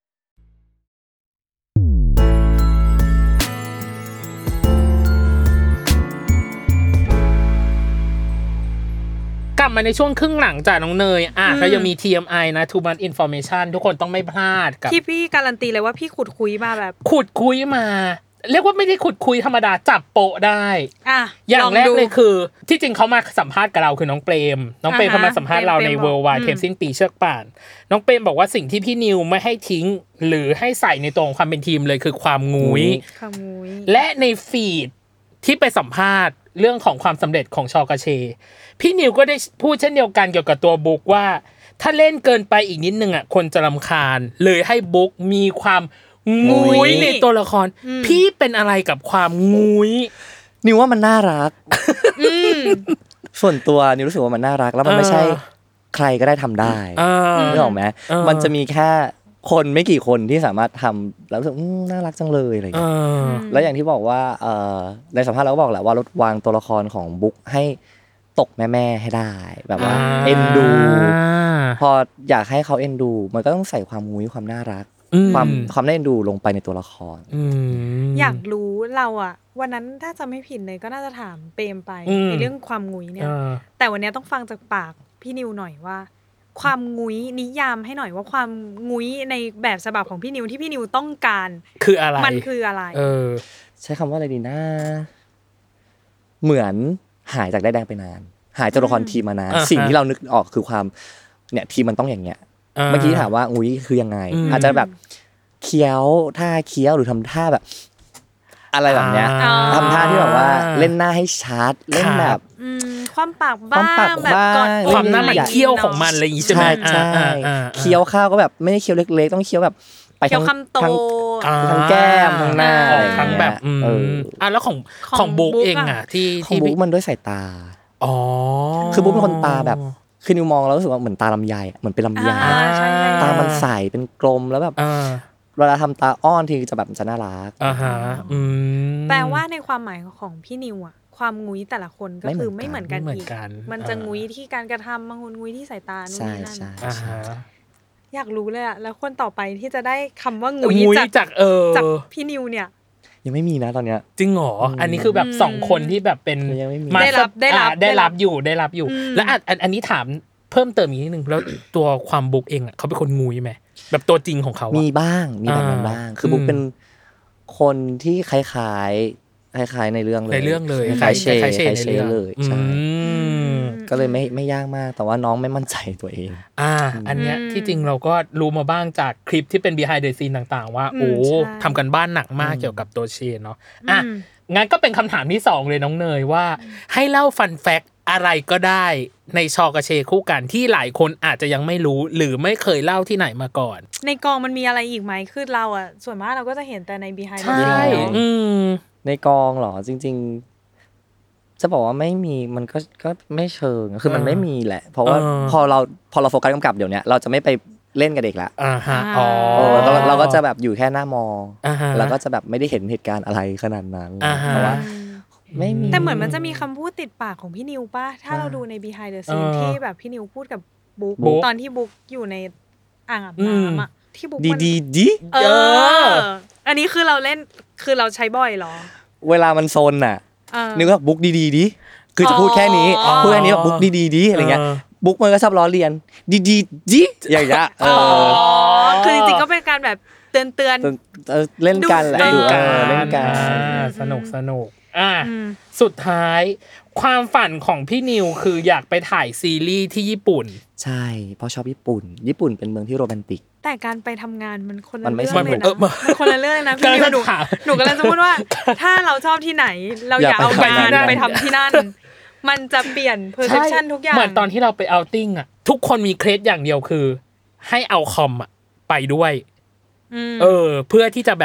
E: กลับมาในช่วงครึ่งหลังจากน้องเนยอ่ะก็ยังมี ที เอ็ม ไอ นะ Too Much Information ทุกคนต้องไม่พลาดกับ
F: ที่พี่การันตีเลยว่าพี่ขุดคุยมาแบบ
E: ขุดคุยมาเรียกว่าไม่ได้ขุดคุยธรรมดาจับโปะได้
F: อ่ะ
E: อย่างแรกเลยคือที่จริงเขามาสัมภาษณ์กับเราคือน้องเปรมน้องเปรมเขามาสัมภาษณ์เราใน Worldwide เทปสิ้นปีเชือกป่านน้องเปรมบอกว่าสิ่งที่พี่นิวไม่ให้ทิ้งหรือให้ใส่ในตัวของความเป็นทีมเลยคือความงุ้ย
F: ความงุ้ย
E: และในฟีดที่ไปสัมภาษณ์เรื่องของความสำเร็จของชอกาเชพี่นิวก็ได้พูดเช่นเดียวกันเกี่ยวกับตัวบุ๊กว่าถ้าเล่นเกินไปอีกนิดนึงอ่ะคนจะรำคาญเลยให้บุ๊กมีความงุ้ยในตัวละครพี่เป็นอะไรกับความงุ้ย
G: นิวว่ามันน่ารักส่วนตัวนิวรู้สึกว่ามันน่ารักแล้วมันไม่ใช่ใครก็ได้ทำได้นึกออกไหมมันจะมีแค่คนไม่กี่คนที่สามารถทำแล้วรู้สึกน่ารักจังเลยอะไรอย่างเงี้ยแล้วอย่างที่บอกว่าในสัมภาษณ์เราก็บอกแหละว่าลดวางตัวละครของบุ๊กให้ตกแม่ๆให้ได้แบบว่าเอ็นดูพออยากให้เขาเอ็นดูมันก็ต้องใส่ความงุ้ยความน่ารักความความน่าเอ็นดูลงไปในตัวละคร
F: อยากรู้เราอะวันนั้นถ้าจะไม่ผิดเลยก็น่าจะถามเปรมไปในเรื่องความงุ้ยเนี่ยแต่วันนี้ต้องฟังจากปากพี่นิวหน่อยว่าความงุ้ยนิยามให้หน่อยว่าความงุ้ยในแบบฉบับของพี่นิวที่พี่นิวต้องการ
E: คืออะไร
F: มันคืออะไร
E: เออ
G: ใช้คำว่าอะไรดีนะเหมือนหายจากได้แดงไปนานหายตัวละครทีมมานานสิ่งที่เรานึกออกคือความเนี่ยทีมมันต้องอย่างเงี้ยเมื่อกี้ถามว่างุ้ยคือยังไงอาจจะแบบเคี้ยวท่าเคี้ยวหรือทำท่าแบบอะไรแบบเนี้ยทำท่าที่แบบว่าเล่นหน้าให้ชัดเล่นแบบ
F: ความปากบ้างแบบกด
E: ความหน้ามันเคี้ยวของมันอะไรอย่างงี้ใช่ไหม
G: ใช่เคี้ยวข้าวก็แบบไม่ได้เคี้ยวเล็กๆต้องเคี้ยวแบบไปทั้งทั้งทั้งแก้มทั้งหน้า
E: ทั้งแบบเอออ่ะแล้วของของบุ๊กเองอ่ะที่
G: ที่บุ๊กมันด้วยสายตา
E: อ๋อ
G: คือบุ๊กเป็นคนตาแบบคือนิวมองแล้วรู้สึกว่าเหมือนตาลำไยเหมือนเป็นลำไยตามันใสเป็นกลมแล้วแบบเวลาทำตาอ้อนทีจะแบบจะน่ารัก
E: อ่าฮะ
F: แปลว่าในความหมายของพี่นิวอ่ะความงุ้ยแต่ละคนก็คือไม่เหมือนกันอีกมันจะงุ้ยที่การกระทำบางคนงุ้ยที่สายตานู่นนี่นั่นอยากรู้เลยอ่ะแล้วคนต่อไปที่จะได้คำว่างุ้ยจากเออจากพี่นิวเนี่ย
G: ยังไม่มีนะตอนเนี้ย
E: จริงเหรออันนี้คือแบบสองคนที่แบบเป็น
F: ได้รับได้รับ
E: ได้รับอยู่ได้รับอยู่แล้วอันอันนี้ถามเพิ่มเติมอีกนิดนึงแล้วตัวความบุ๊กเองอ่ะเขาเป็นคนงุ้ยไหมแบบตัวจริงของเขา
G: มีบ้างมีแบบนั้นบ้างคือบุ๊กเป็นคนที่คล้ายๆคล้ายๆในเรื่องเลย
E: ในเรื่องเลย
G: คล้ายเชคล้ายเชเลยใช่ก็เลยไม่ไม่ยากมากแต่ว่าน้องไม่มั่นใจตัวเอง
E: อ่าอันเนี้ยที่จริงเราก็รู้มาบ้างจากคลิปที่เป็น behind the scene ต่างๆว่าโอ้ทำกันบ้านหนักมากเกี่ยวกับตัวเชนเนาะอ่ะงั้นก็เป็นคำถามที่สองเลยน้องเนยว่าให้เล่าฟันแฟกต์อะไรก็ได้ในชอกระเชคู่กันที่หลายคนอาจจะยังไม่รู้หรือไม่เคยเล่าที่ไหนมาก่อน
F: ในกองมันมีอะไรอีกไหมคือเราอ่ะส่วนมากเราก็จะเห็นแต่ใน behind the scene
E: ใช่
G: ในกองเหรอจริงๆจะบอกว่าไม่มีมันก็ก็ไม่เชิงคือมันไม่มีแหละเพราะว่าพอเราพอเราโฟกัสกำกับเดี๋ยวนี้เราจะไม่ไปเล่นกับเด็กละ
E: อ่าฮะอ๋อ
G: เราเราก็จะแบบอยู่แค่หน้ามอแล้วก็จะแบบไม่ได้เห็นเหตุการณ์อะไรขนาดนั้นเพราะว่าไม่มี
F: แต่เหมือนมันจะมีคำพูดติดปากของพี่นิวป่ะถ้าเราดูใน behind the scene ที่แบบพี่นิวพูดกับบุ๊กตอนที่บุ๊กอยู่ในอ่างอาบน้ำอ่ะที่บุ๊ก
G: ดีดีดี
F: เอออันนี้คือเราเล่นคือเราใช้บ่อยหรอ
G: เวลามันโซนน่ะนึกว่าบุ๊กดีดีดิคือจะพูดแค่นี้พูดแค่นี้ว่าบุ๊กดีดีดิอะไรเงี้ยบุ๊กมันก็ชอบล้อเลียนดีดีดิอย่างเงี้ย
F: อ๋อคือจริงๆก็เป็นการแบบเตือนเตือน
G: เล่นกันแหละดูเล่นกัน
E: สนุกสนุกอ่ะสุดท้ายความฝันของพี่นิวคืออยากไปถ่ายซีรีส์ที่ญี่ปุ่น
G: ใช่เพราะชอบญี่ปุ่นญี่ปุ่นเป็นเมืองที่โรแมนติก
F: แต่การไปทำงานมันคนละเรื่องเลยนะมันคนละเรื่องนะพี่นิวหนูหนูกำลังจะพูดว่าถ้าเราชอบที่ไหนเราอยากเอางานไปทำที่นั่นมันจะเปลี่ยน perception ทุกอย่าง
E: เหมือนตอนที่เราไปเอาติ้งอ่ะทุกคนมีเคล็ดอย่างเดียวคือให้เอาคอมอ่ะไปด้วยเออเพื่อที่จะแบบ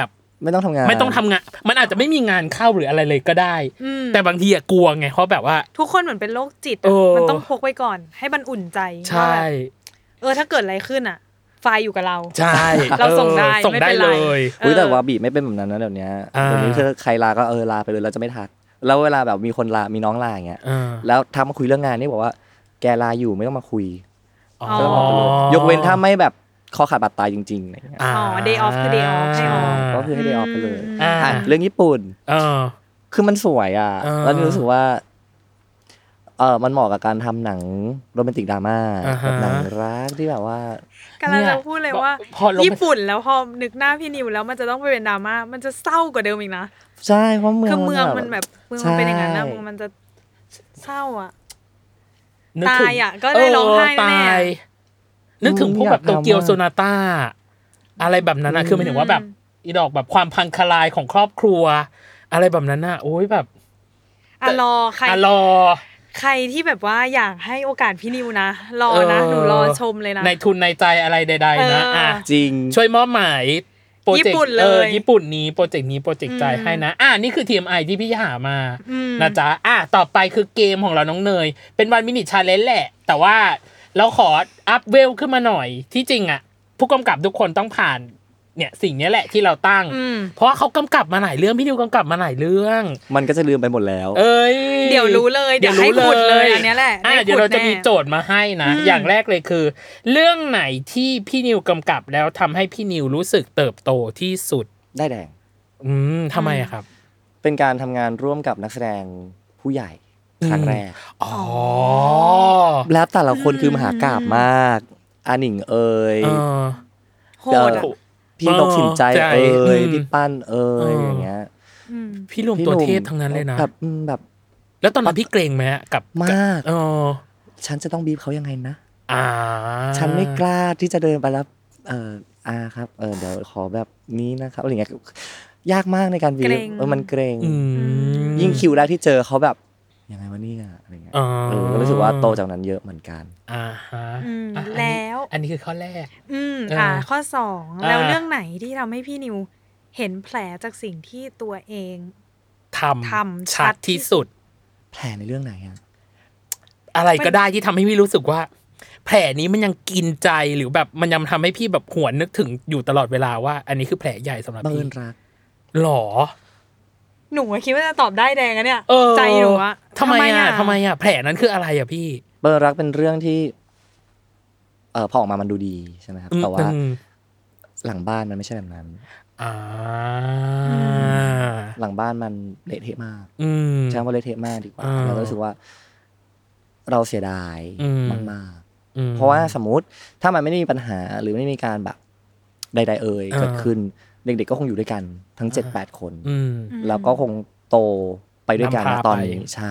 G: ไม่ต้องทำงาน
E: ไม่ต้องทำงานมันอาจจะไม่มีงานเข้าหรืออะไรเลยก็ได้แต่บางทีอะกลัวไงเพราะแบบว่า
F: ทุกคนเหมือนเป็นโรคจิตมันต้องพกไว้ก่อนให้มันอุ่นใจ
E: ใช่
F: เออถ้าเกิดอะไรขึ้นอ่ะไฟอยู่กับเรา
E: ใช่
F: เราส่งได้
E: ส่งได้เลย
G: อุ้ยแต่ว่าบีไม่เป็นแบบนั้นนะเดี๋ยวนี้เดี๋ยวนี้คือใครลาก็เออลาไปเลยแล้วจะไม่ทักแล้วเวลาแบบมีคนลามีน้องลาอย่างเงี้ยแล้วทักมาคุยเรื่องงานนี่บอกว่าแกลาอยู่ไม่ต้องมาคุยก็บอกไปเลยยกเว้นถ้าไม่แบบคอขาดบาดตายจริงๆอะไรเงี้ย
F: อ๋อ day off คือ day off ให้ออก
G: ก็คือให้ day off ไปเลยเรื่องญี่ปุ่นคือมันสวยอ่ะแล้วรู้สึกว่าเออมันเหมาะกับการทำหนังโรแมนติกดราม่าหนังรักที่แบบว่าก
F: ำลังจะพูดเลยว่าญี่ปุ่นแล้วพอนึกหน้าพี่นิวแล้วมันจะต้องไปเป็นดราม่ามันจะเศร้ากว่าเดิมอีกนะ
G: ใช่เพราะเมือง
F: คือเมืองมันแบบเมืองมันเป็นอย่างนั้นนะมันจะเศร้าอ่ะตายอ่ะก็ได้ร้องไห้แน่
E: นึกถึงพวกแบบโตเกียวโซนาต้าอะไรแบบนั้นนะคือหมายถึงว่าแบบอีดอกแบบความพังคลายของครอบครัวอะไรแบบนั้นน่ะโอ้ยแบบ
F: อะรอใคร
E: อะรอ
F: ใครที่แบบว่าอยากให้โอกาสพี่นิวนะรอนะหนูรอชมเลยนะ
E: ในทุนในใจอะไรใดๆนะอ่ะ
G: จริง
E: ช่วยมอบหมายโปรเจกต์เออญี่ปุ่นนี้โปรเจกต์นี้โปรเจกต์ใจให้นะอ่ะนี่คือ ที เอ็ม ไอ ที่พี่หามานะจ๊ะอ่ะต่อไปคือเกมของเราน้องเนยเป็นวันมินิชาเลนจ์แหละแต่ว่าเราขออัพเวลขึ้นมาหน่อยที่จริงอ่ะผู้กำกับทุกคนต้องผ่านเนี่ยสิ่งนี้แหละที่เราตั้งเพราะว่าเขากำกับมาหลายเรื่องพี่นิวกำกับมาหลายเรื่อง
G: มันก็จะลืมไปหมดแล้ว
E: เอ้ย
F: เดี๋ยวรู้เลยเดี๋ยวให้ขุดเลยอันนี้แหละ
E: อ่ะเดี๋ยวเราจะมีโจทย์มาให้นะอย่างแรกเลยคือเรื่องไหนที่พี่นิวกำกับแล้วทำให้พี่นิวรู้สึกเติบโตที่สุด
G: ได้แดง
E: อืมทำไมอะครับ
G: เป็นการทำงานร่วมกับนักแสดงผู้ใหญ่ครั้งแรก
E: อ๋อ
G: แล้วแต่ละคนคือมหากาพย์มากอาหนิงเอ่ย
F: โหด
G: พี่นกสินใจเอ่ยพี่ปั้นเอ่ยอย่างเงี้ย
E: พี่รวมตัวเทพทั้งนั้นเลยนะ
G: แบบแบบ
E: แล้วตอนนั้นพี่เกรงไหมกับ
G: มากอ๋อฉันจะต้องบีบเขายังไงนะ
E: อ่า
G: ฉันไม่กล้าที่จะเดินไปแล้วเอออ่าครับเออเดี๋ยวขอแบบนี้นะครับอะไรเงี้ยยากมากในการบีบเออมันเกรงยิ่งคิวแรกที่เจอเขาแบบยังไงวะนี่อ่ะอะไรเงี้ยเออรู้สึกว่าโตจากนั้นเยอะเหมือนกัน
E: อ่าฮะ
F: แล้ว
E: อันนี้คือข้อแรก
F: อืมอ่าข้อสองแล้วเรื่องไหนที่ทำให้พี่นิวเห็นแผลจากสิ่งที่ตัวเอง
E: ทำทำชัดที่สุด
G: แผลในเรื่องไหนอ่ะ
E: อะไรก็ได้ที่ทำให้พี่รู้สึกว่าแผลนี้มันยังกินใจหรือแบบมันยังทำให้พี่แบบหวนนึกถึงอยู่ตลอดเวลาว่าอันนี้คือแผลใหญ่สำหรับพี่
G: บังเอิญรัก
E: หรอ
F: หนูคิดว่าจะตอบได้แดงอะเนี่ยใจหนูอะ
E: ทำไมอะทำไมอะแผลนั้นคืออะไรอะพี่
G: เบอร์รักเป็นเรื่องที่เออพอออกมามันดูดีใช่ไหมครับแต่ว่าหลังบ้านมันไม่ใช่แบบนั้น
E: อ่า
G: หลังบ้านมันเละเทะมากใช่ว่าเละเทะมากดีกว่าเรารู้สึกว่าเราเสียดายมากๆเพราะว่าสมมุติถ้ามันไม่ได้มีปัญหาหรือไม่ได้มีการแบบใดๆเอ่ยเกิดขึ้นเด็กๆก็คงอยู่ด้วยกันทั้ง เจ็ดแปด คนแล้วก็คงโตไปด้วยกันตอนนี้ใช่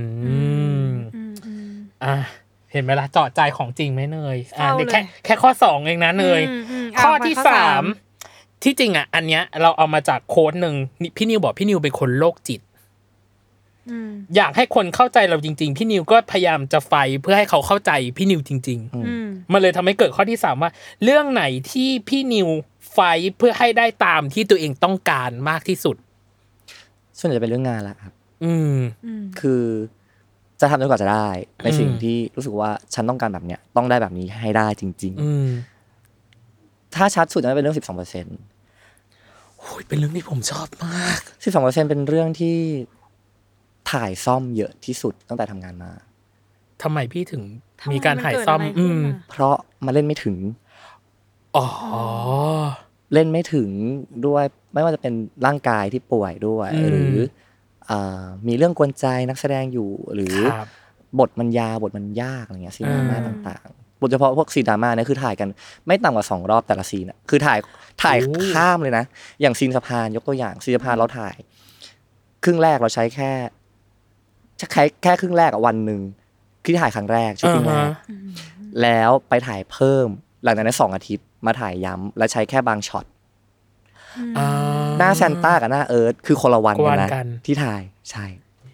E: อ่ะเห็นไหมล่ะเจาะใจของจริงไหมเนยอ่ะแค่แค่ข้อสองเองนะเนยข้อที่สามที่จริงอ่ะอันเนี้ยเราเอามาจากโค้ดนึงพี่นิวบอกพี่นิวเป็นคนโรคจิตอยากให้คนเข้าใจเราจริงๆพี่นิวก็พยายามจะไฟเพื่อให้เขาเข้าใจพี่นิวจริงๆมันเลยทำให้เกิดข้อที่สามว่าเรื่องไหนที่พี่นิวไฟเพื่อให้ได้ตามที่ตัวเองต้องการมากที่สุด
G: ส่วนใหญ่จะเป็นเรื่องงานละครับ
E: อืม
G: คือจะทำจนกว่าจะได้ในสิ่งที่รู้สึกว่าฉันต้องการแบบเนี้ยต้องได้แบบนี้ให้ได้จริงๆถ้าชัดสุดจะเป็นเรื่อง สิบสองเปอร์เซ็นต์
E: โอ้ยเป็นเรื่องที่ผมชอบมาก
G: สิบสองเปอร์เซ็นต์ เป็นเรื่องที่ถ่ายซ่อมเยอะที่สุดตั้งแต่ทำงานมา
E: ทำไมพี่ถึงมีการถ่ายซ่อมอืม
G: เพราะมาเล่นไม่ถึง
E: อ๋อ
G: เล่นไม่ถึงด้วยไม่ว่าจะเป็นร่างกายที่ป่วยด้วยหรือมีเรื่องกวนใจนักแสดงอยู่หรือบทมันยาวบทมันยากอะไรเงี้ยซีนดราม่าต่างๆบทเฉพาะพวกซีนดราม่าเนี่ยคือถ่ายกันไม่ต่ำกว่าสองรอบแต่ละซีนอ่ะคือถ่ายถ่ายข้ามเลยนะอย่างซีนสะพานยกตัวอย่างซีนสะพานเราถ่ายครึ่งแรกเราใช้แค่จะใช้แค่ครึ่งแรกอ่ะวันนึงที่ถ่ายครั้งแรกชุดครึ่งแรกแล้วไปถ่ายเพิ่มหลังจากนั้นสองอาทิตย์มาถ่ายย้ำและใช้แค่บางช็อตหน้าแซนต้ากับหน้าเอิร์ธคือคนละวันกันนะที่ถ่ายใช่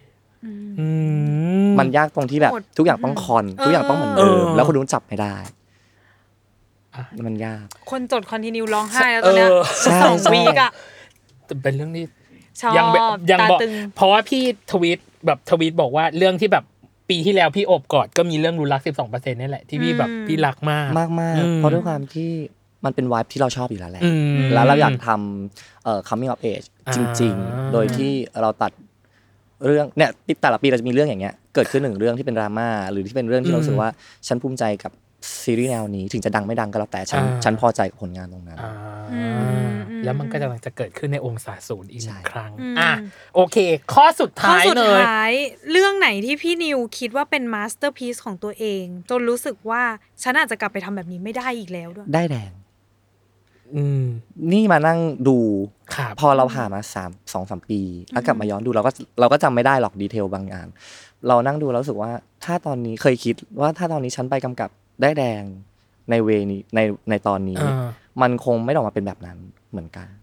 G: มันยากตรงที่แบบทุกอย่างต้องคอนทุกอย่างต้องเหมือนเดิมแล้วคนนู้นจับไม่ได้มันยาก
F: คนจดคอนทินิวร้องไห้แล้วตอนเนี้ยสองวีคอะ
E: เป็นเรื่องที่
F: ยัง
E: ยังบอกเพราะว่าพี่ทวีตแบบทวีตบอกว่าเรื่องที่แบบปีที่แล้วพี่อบกอดก็มีเรื่องรู้รัก สิบสองเปอร์เซ็นต์ นี่แหละที่พี่แบบพี่รักมาก
G: มากๆเพราะด้วยความที่มันเป็นไวบ์ที่เราชอบอยู่แล้วแหละแล้วเราอยากทำเอ่อ coming of age จริงๆโดยที่เราตัดเรื่องเนี่ยแต่ละปีเราจะมีเรื่องอย่างเงี้ยเกิดขึ้นหนึ่งเรื่องที่เป็นดราม่าหรือที่เป็นเรื่องที่เรารู้สึกว่าฉันภูมิใจกับซีรีส์แนวนี้ถึงจะดังไม่ดังก็แล้วแต่ฉันฉันพอใจกับผลงานตรงนั้น
E: แล้วมันก็จะจะเกิดขึ้นในองศาศูนย์อีกครั้งอ่ะโอเคข้อสุดท้ายเลย
F: ข้อสุดท้ายเรื่องไหนที่พี่นิวคิดว่าเป็นมาสเตอร์พีซของตัวเองจนรู้สึกว่าฉันอาจจะกลับไปทำแบบนี้ไม่ได้อีกแล้วด้วย
G: ได้แดงนี่มานั่งดูพอเราผ่านมาสาม สองสามปีแล้วกลับมาย้อนดูเราก็เราก็จำไม่ได้หรอกดีเทลบางอย่างเรานั่งดูแล้วรู้สึกว่าถ้าตอนนี้เคยคิดว่าถ้าตอนนี้ฉันไปกำกับได้แดงในเวนี้ในในตอนนี้มันคงไม่ออกมาเป็นแบบนั้นเหมือนกัน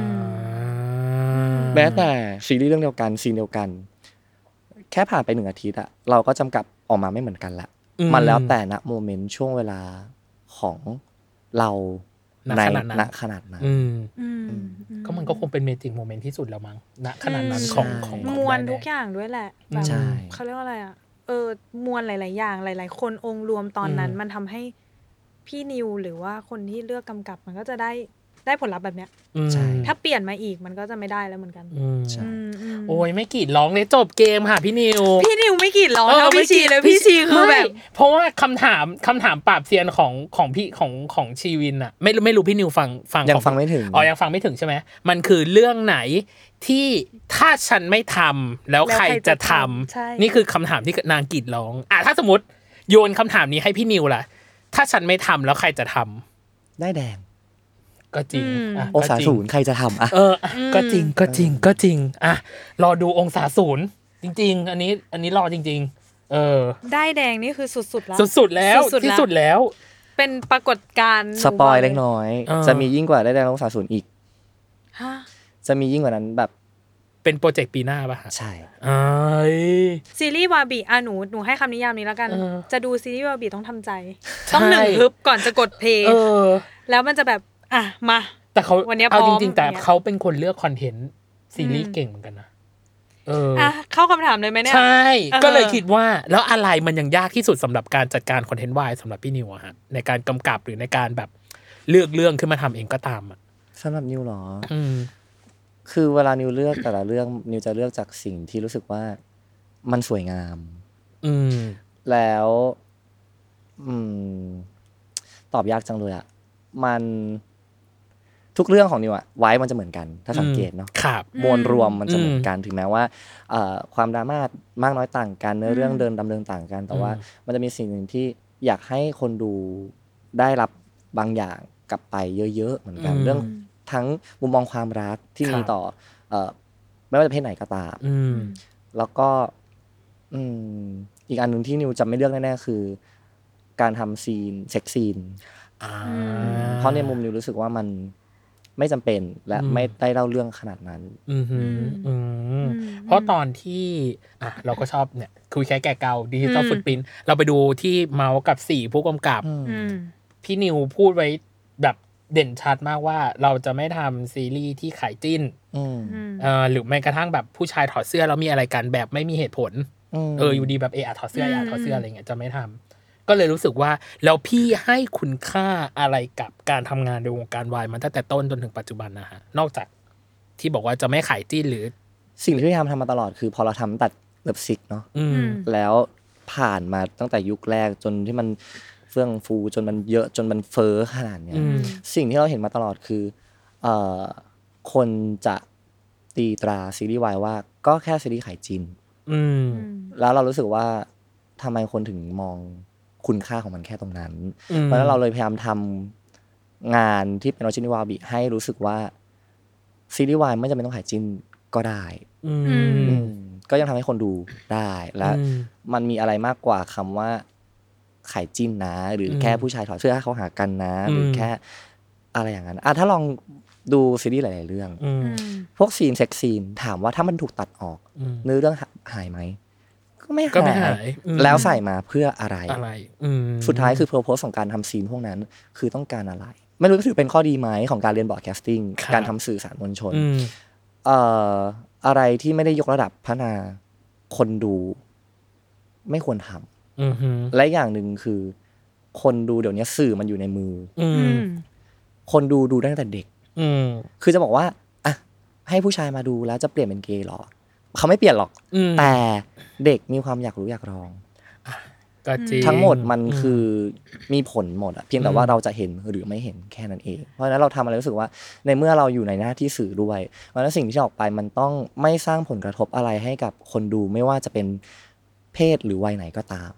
G: แม้แต่ซีรีส์เรื่องเดียวกันซีนเดียวกันแค่ผ่านไปหนึ่งอาทิตย์อะเราก็จำกับออกมาไม่เหมือนกันละมันแล้วแต่ณโมเมนต์ช่วงเวลาของเราในณขนาดนั้น
E: ก็มันก็คงเป็นเมจิกโมเมนต์ที่สุดแล้วมั้งณขนาดนั้นของของ
F: มวลทุกอย่างด้วยแหละแบบเขาเรียกว่าอะไรอะเออมวลหลายๆอย่างหลายๆคนองค์รวมตอนนั้นมันทำให้พี่นิวหรือว่าคนที่เลือกกำกับมันก็จะได้ได้ผลลัพธ์แบบเนี้ยถ้าเปลี่ยนมาอีกมันก็จะไม่ได้แล้วเหมือนกัน
E: โอ้ยไม่กรีดร้องเลยจบเกมค่ะพี่นิว
F: พี่นิวไม่กรีดร้องแล้วพี่ชีเลยพี่ชีคือแบบ
E: เพราะว่าคำถามคำถามปราบเซียนของของพี่ของของชีวินอะไม่ไม่รู้พี่นิวฟังฟัง
G: ยังฟังไม่ถึง
E: อ๋อยังฟังไม่ถึงใช่ไหมมันคือเรื่องไหนที่ถ้าฉันไม่ทำแล้วใครจะทำนี่คือคำถามที่นางกรีดร้องอ่ะถ้าสมมติโยนคำถามนี้ให้พี่นิวล่ะถ้าฉันไม่ทำแล้วใครจะทำ
G: ได้แดง
E: ก็จริง
G: องศาศูนย์ใครจะทำอ่ะ
E: เออก็จริงก็จริงก็จริงอ่ะรอดูองศาศูนย์จริงๆอันนี้อันนี้รอจริงๆเออ
F: ได้แดงนี่คือสุดๆแล้ว
E: สุดๆแล้วที่สุดแล้ว
F: เป็นปรากฏการณ์
G: สปอยเล็กน้อยจะมียิ่งกว่าได้แดงองศาศูนย์อีกจะมียิ่งกว่านั้นแบบ
E: เป็นโปรเจกต์ปีหน้าป่ะ
G: ใช่
F: ซีรีส์วาบิอ่ะหนูหนูให้คำนิยามนี้แล้วกันจะดูซีรีส์วาบิต้องทำใจต้องหนึ่งฮึบก่อนจะกดเพลย์แล้วมันจะแบบอ่ะมา
E: แต่เขาเอาจริงๆแต่เขาเป็นคนเลือกคอนเทนต์ซีรีส์เก่งเหมือนกันนะเออ
F: อ่ะเข้าคำถามเลยไหมเนี่ย
E: ใช่ก็เลยคิดว่าแล้วอะไรมันยังยากที่สุดสำหรับการจัดการคอนเทนต์วายสำหรับพี่นิวอะฮะในการกำกับหรือในการแบบเลือกเรื่องขึ้นมาทำเองก็ตามอะ
G: สำหรับนิวหรอคือเวลานิวเลือกแต่ละเรื่องนิวจะเลือกจากสิ่งที่รู้สึกว่ามันสวยงาม
E: อืม
G: แล้วอืมตอบยากจังเลยอ่ะมันทุกเรื่องของนิวอ่ะไว้มันจะเหมือนกันถ้าสังเกตเนาะมวลรวมมันจะเหมือนกันถึงแม้ว่าความดราม่ามากน้อยต่างกันเนื้อเรื่องเดินดำเนินต่างกันแต่ว่ามันจะมีสิ่งหนึ่งที่อยากให้คนดูได้รับบางอย่างกลับไปเยอะๆเหมือนกันเรื่องทั้งมุมมองความรักที่มีต่อเอ่อไม่ว่าจะเพศไหนก็ตามแล้วก็อีกอันนึงที่นิวจะไม่เลือกแน่ๆคือการทำซีนเซ็กซีนเพราะในมุมนิวรู้สึกว่ามันไม่จำเป็นและไม่ได้เล่าเรื่องขนาดนั้น
E: เพราะตอนที่อ่ะเราก็ชอบเนี่ยคุยแค่แก่เก่าดิจิตอลฟุตปรินท์เราไปดูที่เมาส์กับสี่ผู้กำกับพี่นิวพูดไว้แบบเด่นชัดมากว่าเราจะไม่ทำซีรีส์ที่ขายจิ้นเออหรือแม้กระทั่งแบบผู้ชายถอดเสื้อแล้วมีอะไรกันแบบไม่มีเหตุผลเอออยู่ดีแบบเออถอดเสื้ออะถอดเสื้ออะไรเงี้ยจะไม่ทำก็เลยรู้สึกว่าแล้วพี่ให้คุณค่าอะไรกับการทำงานในวงการวายมันตั้งแต่ต้นจนถึงปัจจุบันนะฮะนอกจากที่บอกว่าจะไม่ขายจิ้นหรือ
G: สิ่งที่พี่ทำทำมาตลอดคือพอเราทำตัดเลิฟซิกเนาะแล้วผ่านมาตั้งแต่ยุคแรกจนที่มันเฟื่องฟูจนมันเยอะจนมันเฟ้อขนาดนี้สิ่งที่เราเห็นมาตลอดคือเอ่อคนจะตีตราซีรีส์วายว่าก็แค่ซีรีส์ขายจินแล้วเรารู้สึกว่าทำไมคนถึงมองคุณค่าของมันแค่ตรงนั้นเพราะฉะนั้นเราเลยพยายามทำงานที่เป็นออริจินอลวาบิให้รู้สึกว่าซีรีส์วายไม่จำเป็นต้องขายจินก็ได้ก็ยังทำให้คนดูได้และมันมีอะไรมากกว่าคำว่าขายจิ้นนะหรือแค่ผู้ชายถอดเสื้อให้เขาหากันนะหรือแค่อะไรอย่างนั้นอ่ะถ้าลองดูซีรีส์หลายๆเรื่องพวกซีนเซ็กซีนถามว่าถ้ามันถูกตัดออกเนื้อเรื่องหายไหมก็ไม่หายแล้วใส่มาเพื่ออะไรสุดท้ายคือเพอร์โพสของการทำซีนพวกนั้นคือต้องการอะไรไม่รู้ถือเป็นข้อดีไหมของการเรียนบอร์ดแคสติ้งการทำสื่อสารมวลชนเอ่ออะไรที่ไม่ได้ยกระดับพัฒนาคนดูไม่ควรทำและอย่างหนึ่งคือคนดูเดี๋ยวนี้สื่อมันอยู่ในมือคนดูดูตั้งแต่เด็กคือจะบอกว่าอ่ะให้ผู้ชายมาดูแล้วจะเปลี่ยนเป็นเกย์หรอเขาไม่เปลี่ยนหรอกแต่เด็กมีความอยากรู้อยากลองทั้งหมดมันคือมีผลหมดอะเพียงแต่ว่าเราจะเห็นหรือไม่เห็นแค่นั้นเองเพราะฉะนั้นเราทำอะไรรู้สึกว่าในเมื่อเราอยู่ในหน้าที่สื่อด้วยเพราะฉะนั้นสิ่งที่ออกไปมันต้องไม่สร้างผลกระทบอะไรให้กับคนดูไม่ว่าจะเป็นเพศหรือวัยไหนก็ตาม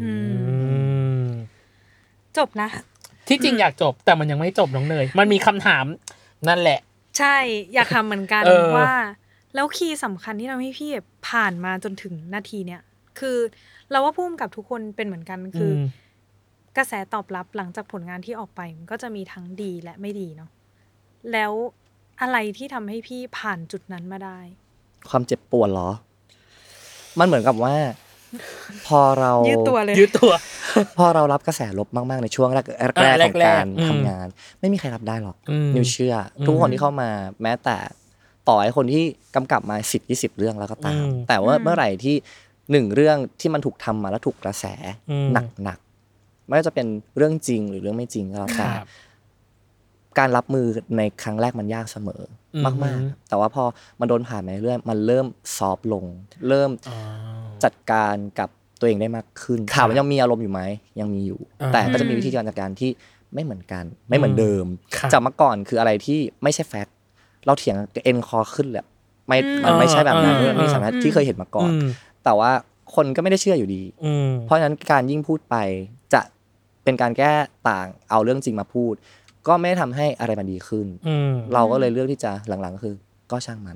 F: จบนะ
E: ที่จริงอยากจบแต่มันยังไม่จบน้องเนยมันมีคำถามนั่นแหละ
F: ใช่อยากทำเหมือนกันว่าแล้วคีย์สำคัญที่ทำให้พี่ผ่านมาจนถึงนาทีเนี้ยคือเราว่าพุ่มกับทุกคนเป็นเหมือนกันคือกระแสตอบรับหลังจากผลงานที่ออกไปมันก็จะมีทั้งดีและไม่ดีเนาะแล้วอะไรที่ทำให้พี่ผ่านจุดนั้นมาได้
G: ความเจ็บปวดเหรอมันเหมือนกับว่าพอเรา
F: ยืดตัวเลย
E: ยืดตัว
G: พอเรารับกระแสลบมากๆในช่วงแรกแรกของการทำงานไม่มีใครรับได้หรอกนิวเชื่อทุกคนที่เข้ามาแม้แต่ต่อให้คนที่กำกับมาสิบ ยี่สิบเรื่องแล้วก็ตามแต่ว่าเมื่อไหร่ที่หนึ่งเรื่องที่มันถูกทำมาแล้วถูกกระแสหนักๆไม่ว่าจะเป็นเรื่องจริงหรือเรื่องไม่จริงก็แล้วแต่การรับมือในครั้งแรกมันยากเสมอมากๆแต่ว่าพอมันโดนผ่านมาเรื่อยมันเริ่มซอฟลงเริ่มจัดการกับตัวเองได้มากขึ้นถามว่ายังมีอารมณ์อยู่ไหมยังมีอยู่แต่ก็จะมีวิธีการจัดการที่ไม่เหมือนกันไม่เหมือนเดิมจากเมื่อก่อนคืออะไรที่ไม่ใช่แฟกต์เราเถียงเอ็นคอขึ้นแหละไม่มันไม่ใช่แบบนั้นนี่สามารถที่เคยเห็นมาก่อนแต่ว่าคนก็ไม่ได้เชื่ออยู่ดีเพราะฉะนั้นการยิ่งพูดไปจะเป็นการแก้ต่างเอาเรื่องจริงมาพูดก็ไม่ทำให้อะไรมันดีขึ้นเราก็เลยเลือกที่จะหลังๆก็คือก็ช่างมัน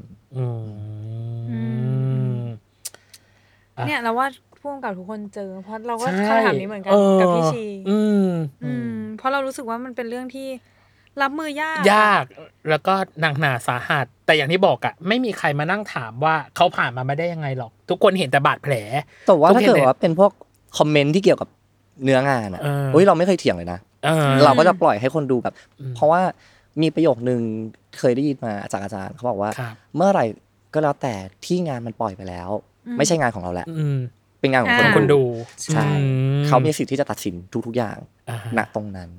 F: เนี่ยเราว่าพ่วงกับทุกคนเจอเพราะเราก็คำถามนี้เหมือนกันกับพี่ชีเพราะเรารู้สึกว่ามันเป็นเรื่องที่รับมือยาก
E: ยากแล้วก็หนักหนาสาหัสแต่อย่างที่บอกอะไม่มีใครมานั่งถามว่าเขาผ่านมาไม่ได้ยังไงหรอกทุกคนเห็นแต่บาดแผล
G: แต่ว่าถ้าเกิดว่าเป็นพวกคอมเมนต์ที่เกี่ยวกับเนื้องานอะเฮ้ยเราไม่เคยเถียงเลยนะเราก็จะปล่อยให้คนดูแบบเพราะว่ามีประโยคนึงเคยได้ยินมาจากอาจารย์เขาบอกว่าเมื่อไหร่ก็แล้วแต่ที่งานมันปล่อยไปแล้วไม่ใช่งานของเราแหละเป็นงานของคน
E: คนดู
G: ใช่เขามีสิทธิ์ที่จะตัดสินทุกๆอย่างณตรงนั้น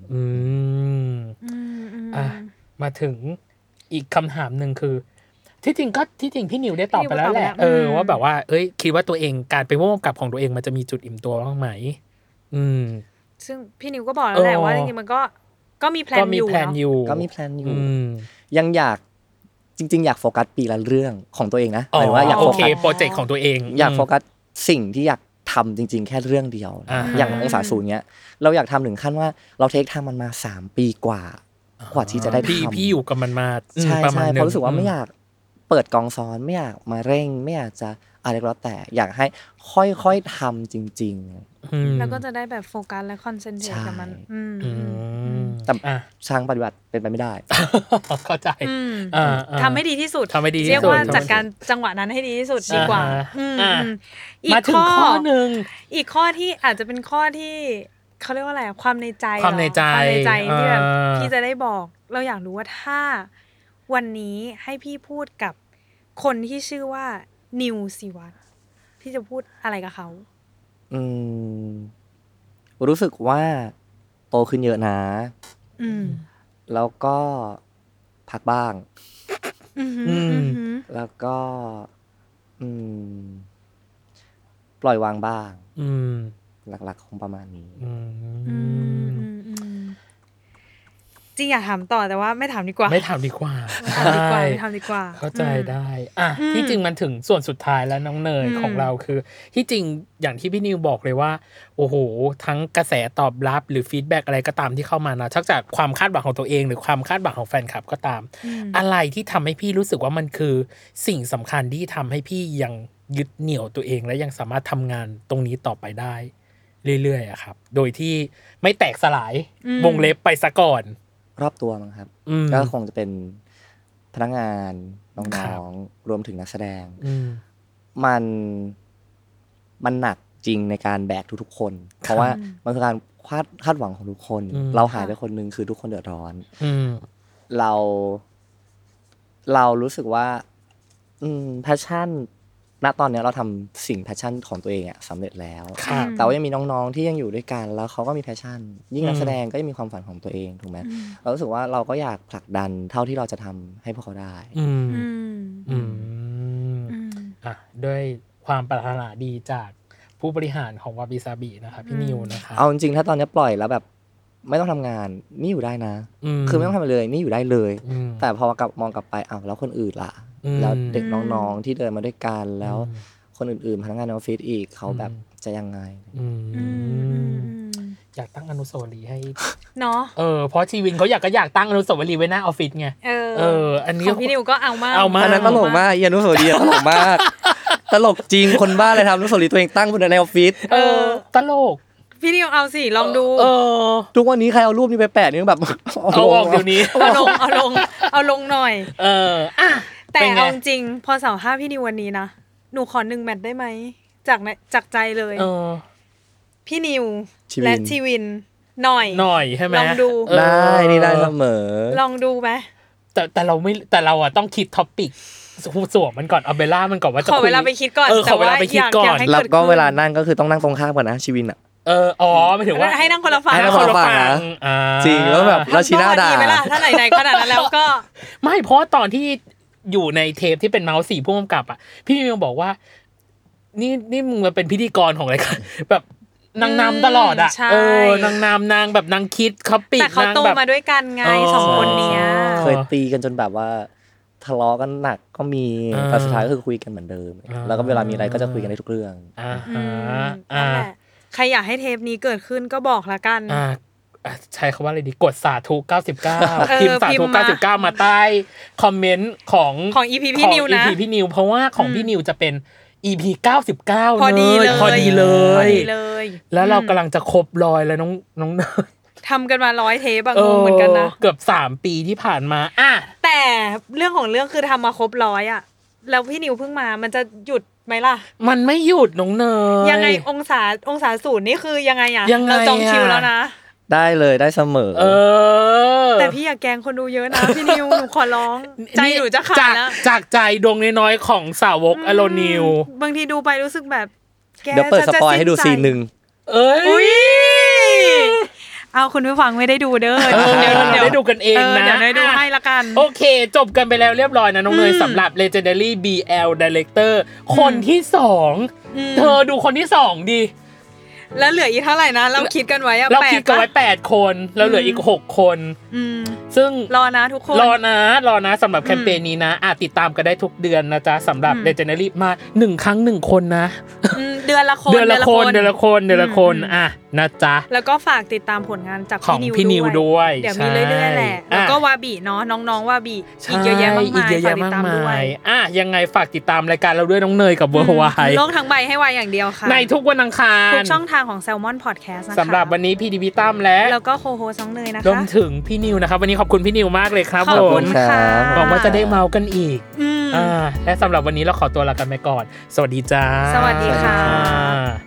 E: อ่ะมาถึงอีกคำถามหนึ่งคือที่จริงก็ที่จริงพี่นิวได้ตอบไปแล้วแหละเออว่าแบบว่าเอ้ยคิดว่าตัวเองการเป็นผู้กำกับของตัวเองมันจะมีจุดอิ่มตัวบ้างไหมอืม
F: ซึ่งพี่นิวก็บอกแล้วแหละว่าจริงๆมันก็ก็มีแพลนอยู่เนาะ
G: ก็มีแพลนอยู่ยังอยากจริงๆอยากโฟกัสปีละเรื่องของตัวเองนะหมายว่าอยากโฟกัส
E: โปรเจกต์ของตัวเอง
G: อยากโฟกัสสิ่งที่อยากทำจริงๆแค่เรื่องเดียวอย่างองศาศูนย์เนี้ยเราอยากทำถึงขั้นว่าเราเทคทำมันมาสามปีกว่ากว่าที่จะได้ทำ
E: พี่อยู่กับมันมา
G: ใช่ใช่เพราะรู้สึกว่าไม่อยากเปิดกองซ้อนไม่อยากมาเร่งไม่อยากจะอะไรก็แล้วแต่อยากให้ค่อยๆทำจริง
F: ๆแล้วก็จะได้แบบโฟกัสและคอนเซนเทรตกับมัน
G: แต่ทางปฏิบัติเป็นไปไม่ได้
E: เข้าใจ
F: ทำให้ดีที่สุด
E: เรี
F: ยกว่าจัดการจังหวะนั้นให้ดีที่สุดดีกว่า
E: อีกข้อหนึ่ง
F: อีกข้อที่อาจจะเป็นข้อที่เขาเรียกว่าอะไรความในใจ
E: ความในใจ
F: ความในใจที่แบบพี่จะได้บอกเราอยากรู้ว่าถ้าวันนี้ให้พี่พูดกับคนที่ชื่อว่านิวศิวัตรพี่จะพูดอะไรกับเขา
G: อืมรู้สึกว่าโตขึ้นเยอะนะอืมแล้วก็พักบ้างอืมแล้วก็อืมปล่อยวางบ้างอืมหลักๆคงประมาณนี้
F: จริงอยากถามต่อแต่ว่าไม่ถามดีกว่า
E: ไม่ถามดีกว่า
F: ไม่ถามดีกว่าไม่ถามดีกว่า
E: เข้าใจได้อ่ะที่จริงมันถึงส่วนสุดท้ายแล้วน้องเนยของเราคือที่จริงอย่างที่พี่นิวบอกเลยว่าโอ้โหทั้งกระแสตอบรับหรือฟีดแบ็กอะไรก็ตามที่เข้ามานะชักจากความคาดหวังของตัวเองหรือความคาดหวังของแฟนคลับก็ตามอะไรที่ทำให้พี่รู้สึกว่ามันคือสิ่งสำคัญที่ทำให้พี่ยังยึดเหนี่ยวตัวเองและยังสามารถทำงานตรงนี้ต่อไปได้เรื่อยๆอะครับโดยที่ไม่แตกสลายวงเล็บไปซะก่อน
G: รอบตัวมั้งครับก็คงจะเป็นพนักงานน้องๆรวมถึงนักแสดงมันมันหนักจริงในการแบกทุกๆคนเพราะว่ามันคือการคาดคาดหวังของทุกคนเราหายไปคนนึงคือทุกคนเดือดร้อนเราเรารู้สึกว่าอืมแพชชั่นณตอนนี้เราทำสิ่งแพชชั่นของตัวเองอ่ะสำเร็จแล้วแต่ว่ายังมีน้องๆที่ยังอยู่ด้วยกันแล้วเขาก็มีแพชชั่นยิ่งนักแสดงก็ยังมีความฝันของตัวเองถูกไหมเรารู้สึกว่าเราก็อยากผลักดันเท่าที่เราจะทำให้พวกเขาได้
E: อืมอืมอ่ะด้วยความปรารถนาดีจากผู้บริหารของวาบิซาบินะคะพี่นิวนะคะ
G: เอาจริงๆถ้าตอนนี้ปล่อยแล้วแบบไม่ต้องทำงานนี่อยู่ได้นะคือไม่ต้องทำอะไรเลยนี่อยู่ได้เลยแต่พอกลับมองกลับไปอ้าวแล้วคนอื่นล่ะแล้วเด็กน้องๆที่เดินมาด้วยกันแล้วคนอื่นๆพนักงานในออฟฟิศอีกเขาแบบจะยังไง
E: อยากตั้งอนุสาวรีย์ให้
F: เนาะ
E: เออเพราะชีวินเขาอยากก็อยากตั้งอนุสาวรีย์ไว้หน้าออฟฟิศไง
F: เออ
E: เอออันนี้
F: ของพี่นิวก็เอามาก
E: เอามาก
G: อันนั้นตลกมากอนุสาวรีย์ตลกมากตลกจริงคนบ้าเลยทำอนุสาวรีย์ตัวเองตั้งบนในออฟฟิศ
E: เออตลก
F: พี่นิวเอาสิลองดู
E: เออ
G: ทุกวันนี้ใครเอารูปนี้ไปแปะนี่แบบ
E: เอาออกเดี๋ยวนี้
F: เอาลงเอาลงเอาลงหน่อย
E: เอออ่ะ
F: แต่เอาจริงพอสัมภาษณ์พี่นิววันนี้นะหนูขอหนึ่งแมตช์ได้ไหมจากจากใจเลยพี่นิวและชีวินหน่อย
E: หน่อยใช่ไหม
F: ลองดู
G: ได้นี่ได้เสมอ
F: ลองดูไหม
E: แต่แต่เราไม่แต่เราอ่ะต้องคิดท็อปิกสวมมันก่อนเอาเบลล่ามันก่อนว่าจะ
F: ขอเวลาไปคิดก่อน
E: เออขอเวลาไปคิดก่อน
G: แล้วก็เวลานั่งก็คือต้องนั่งตรงข้ามกันนะชีวินอ่ะ
E: เอออ๋อหมายถึงว่า
F: ให้นั่งคนละฝั่ง
G: ให้นั่งคนละฝั่งนะจริงแล้วแบบเราชี้หน้าด่า
F: ถ้าไหนๆขนาดนั้นแล้วก็
E: ไม่เพราะตอนที่อยู่ในเทปที่เป็นเมาส์สี่ผู้กำกับอ่ะพี่มิวบอกว่านี่นี่มึงมาเป็นพิธีกรของอะไรกันแบบนางนำตลอดอ่ะเออนางนำนางแบบนางคิดเขาปิด
F: แต่เขาโตมาด้วยกันไงสองคนเนี้ย
G: เคยตีกันจนแบบว่าทะเลาะกันหนักก็มีแต่สุดท้ายก็คือคุยกันเหมือนเดิมแล้วก็เวลามีอะไรก็จะคุยกันได้ทุกเรื่อง
E: อ่า
F: อ่าใครอยากให้เทปนี้เกิดขึ้นก็บอกละกัน
E: อ่าใช้คำว่าอะไรดีกดสาธุเก้าสิบเก้าพิมพ์สาธุเก้าสิบเก้ามาใต้คอมเมนต์ของ
F: ของ อี พี พี่นิวนะ
E: อี พี พี่นิวเพราะว่าของพี่นิวจะเป็น อี พี เก้าสิบเก้า
F: พอดีเลย
E: พอดีเลย
F: พอดีเลย
E: แล้วเรากำลังจะครบร้อยแล้วน้องน้องเนย
F: ทำกันมาร้อยเทปอะงงเหมือนกันนะ
E: เกือบสามปีที่ผ่านมาอ่ะ
F: แต่เรื่องของเรื่องคือทำมาครบร้อยอะแล้วพี่นิวเพิ่งมามันจะหยุดไหมล่ะ
E: มันไม่หยุดน้องเนย
F: ยังไงองศาองศาศูนย์นี่คือยังไงอะเราจองคิวแล้วนะ
G: ได้เลยได้เสมอ
E: เออ
F: แต่พี่อย่าแกล้งคนดูเยอะนะพี่นิวหนูขอร้องใจหนูจะขาดแล้ว
E: จากใจดวงน้อยๆของสาวกอโลนิว
F: บางทีดูไปรู้สึกแบบ
G: เดี๋ยวเปิดสปอยให้ดูซีนนึง
E: เอ้ย
F: เอาคุณผู้ฟังไม่ได้ดูเด้อ
E: เดี๋ยวเดี๋ยวได้ดูกันเองนะ
F: เดี๋ยวได้ดูให้ละกัน
E: โอเคจบกันไปแล้วเรียบร้อยนะน้องเนยสำหรับ Legendary บี แอล Director คนที่สองเธอดูคนที่สองดิ
F: แล้วเหลืออีกเท่าไหร่นะเราคิดกันไว้อะ
E: เราคิดกันไว้แปดคนแล้วเหลืออีกหกคนซึ่ง
F: รอนะทุกคน
E: รอนะรอนะสำหรับแคมเปญนี้นะอาจติดตามกันได้ทุกเดือนนะจ๊ะสำหรับ Legendary มาหนึ่งครั้งหนึ่งคนนะ
F: เดือนละคน
E: เดือนละคนเดือนละคนเดือนละคนอ่ะนะจ๊ะ
F: แล้วก็ฝากติดตามผลงานจาก
E: พี่นิวด้วย
F: เดี๋ยวมีเรื่อยๆแหละแล้วก็วาบิเนาะน้องๆวาบิอีกเยอะแยะมากมายฝากติดตามด้วย
E: อ่ะยังไงฝากติดตามรายการเราด้วยน้องเนยกับเวอร์ไว
F: โลกทั้งใบให้ไวอย่างเดียวค่ะ
E: ในทุกวันอังคาร
F: ทุกช่องทางของ Salmon Podcast นะคะ
E: สำหรับวันนี้พี่ดิวิตั้มและ
F: แล้วก็โคโฮน้องเนยนะคะ
E: รวมถึงพี่นิวนะครับวันนี้ขอบคุณพี่นิวมากเลยครับ
F: ขอบคุณค่ะ
E: หวังว่าจะได้เมากันอีกอ่าและสำหรับวันนี้เราขอตัวลากันไปก่อนสวัสดีจ้า
F: สวัสดีค่ะ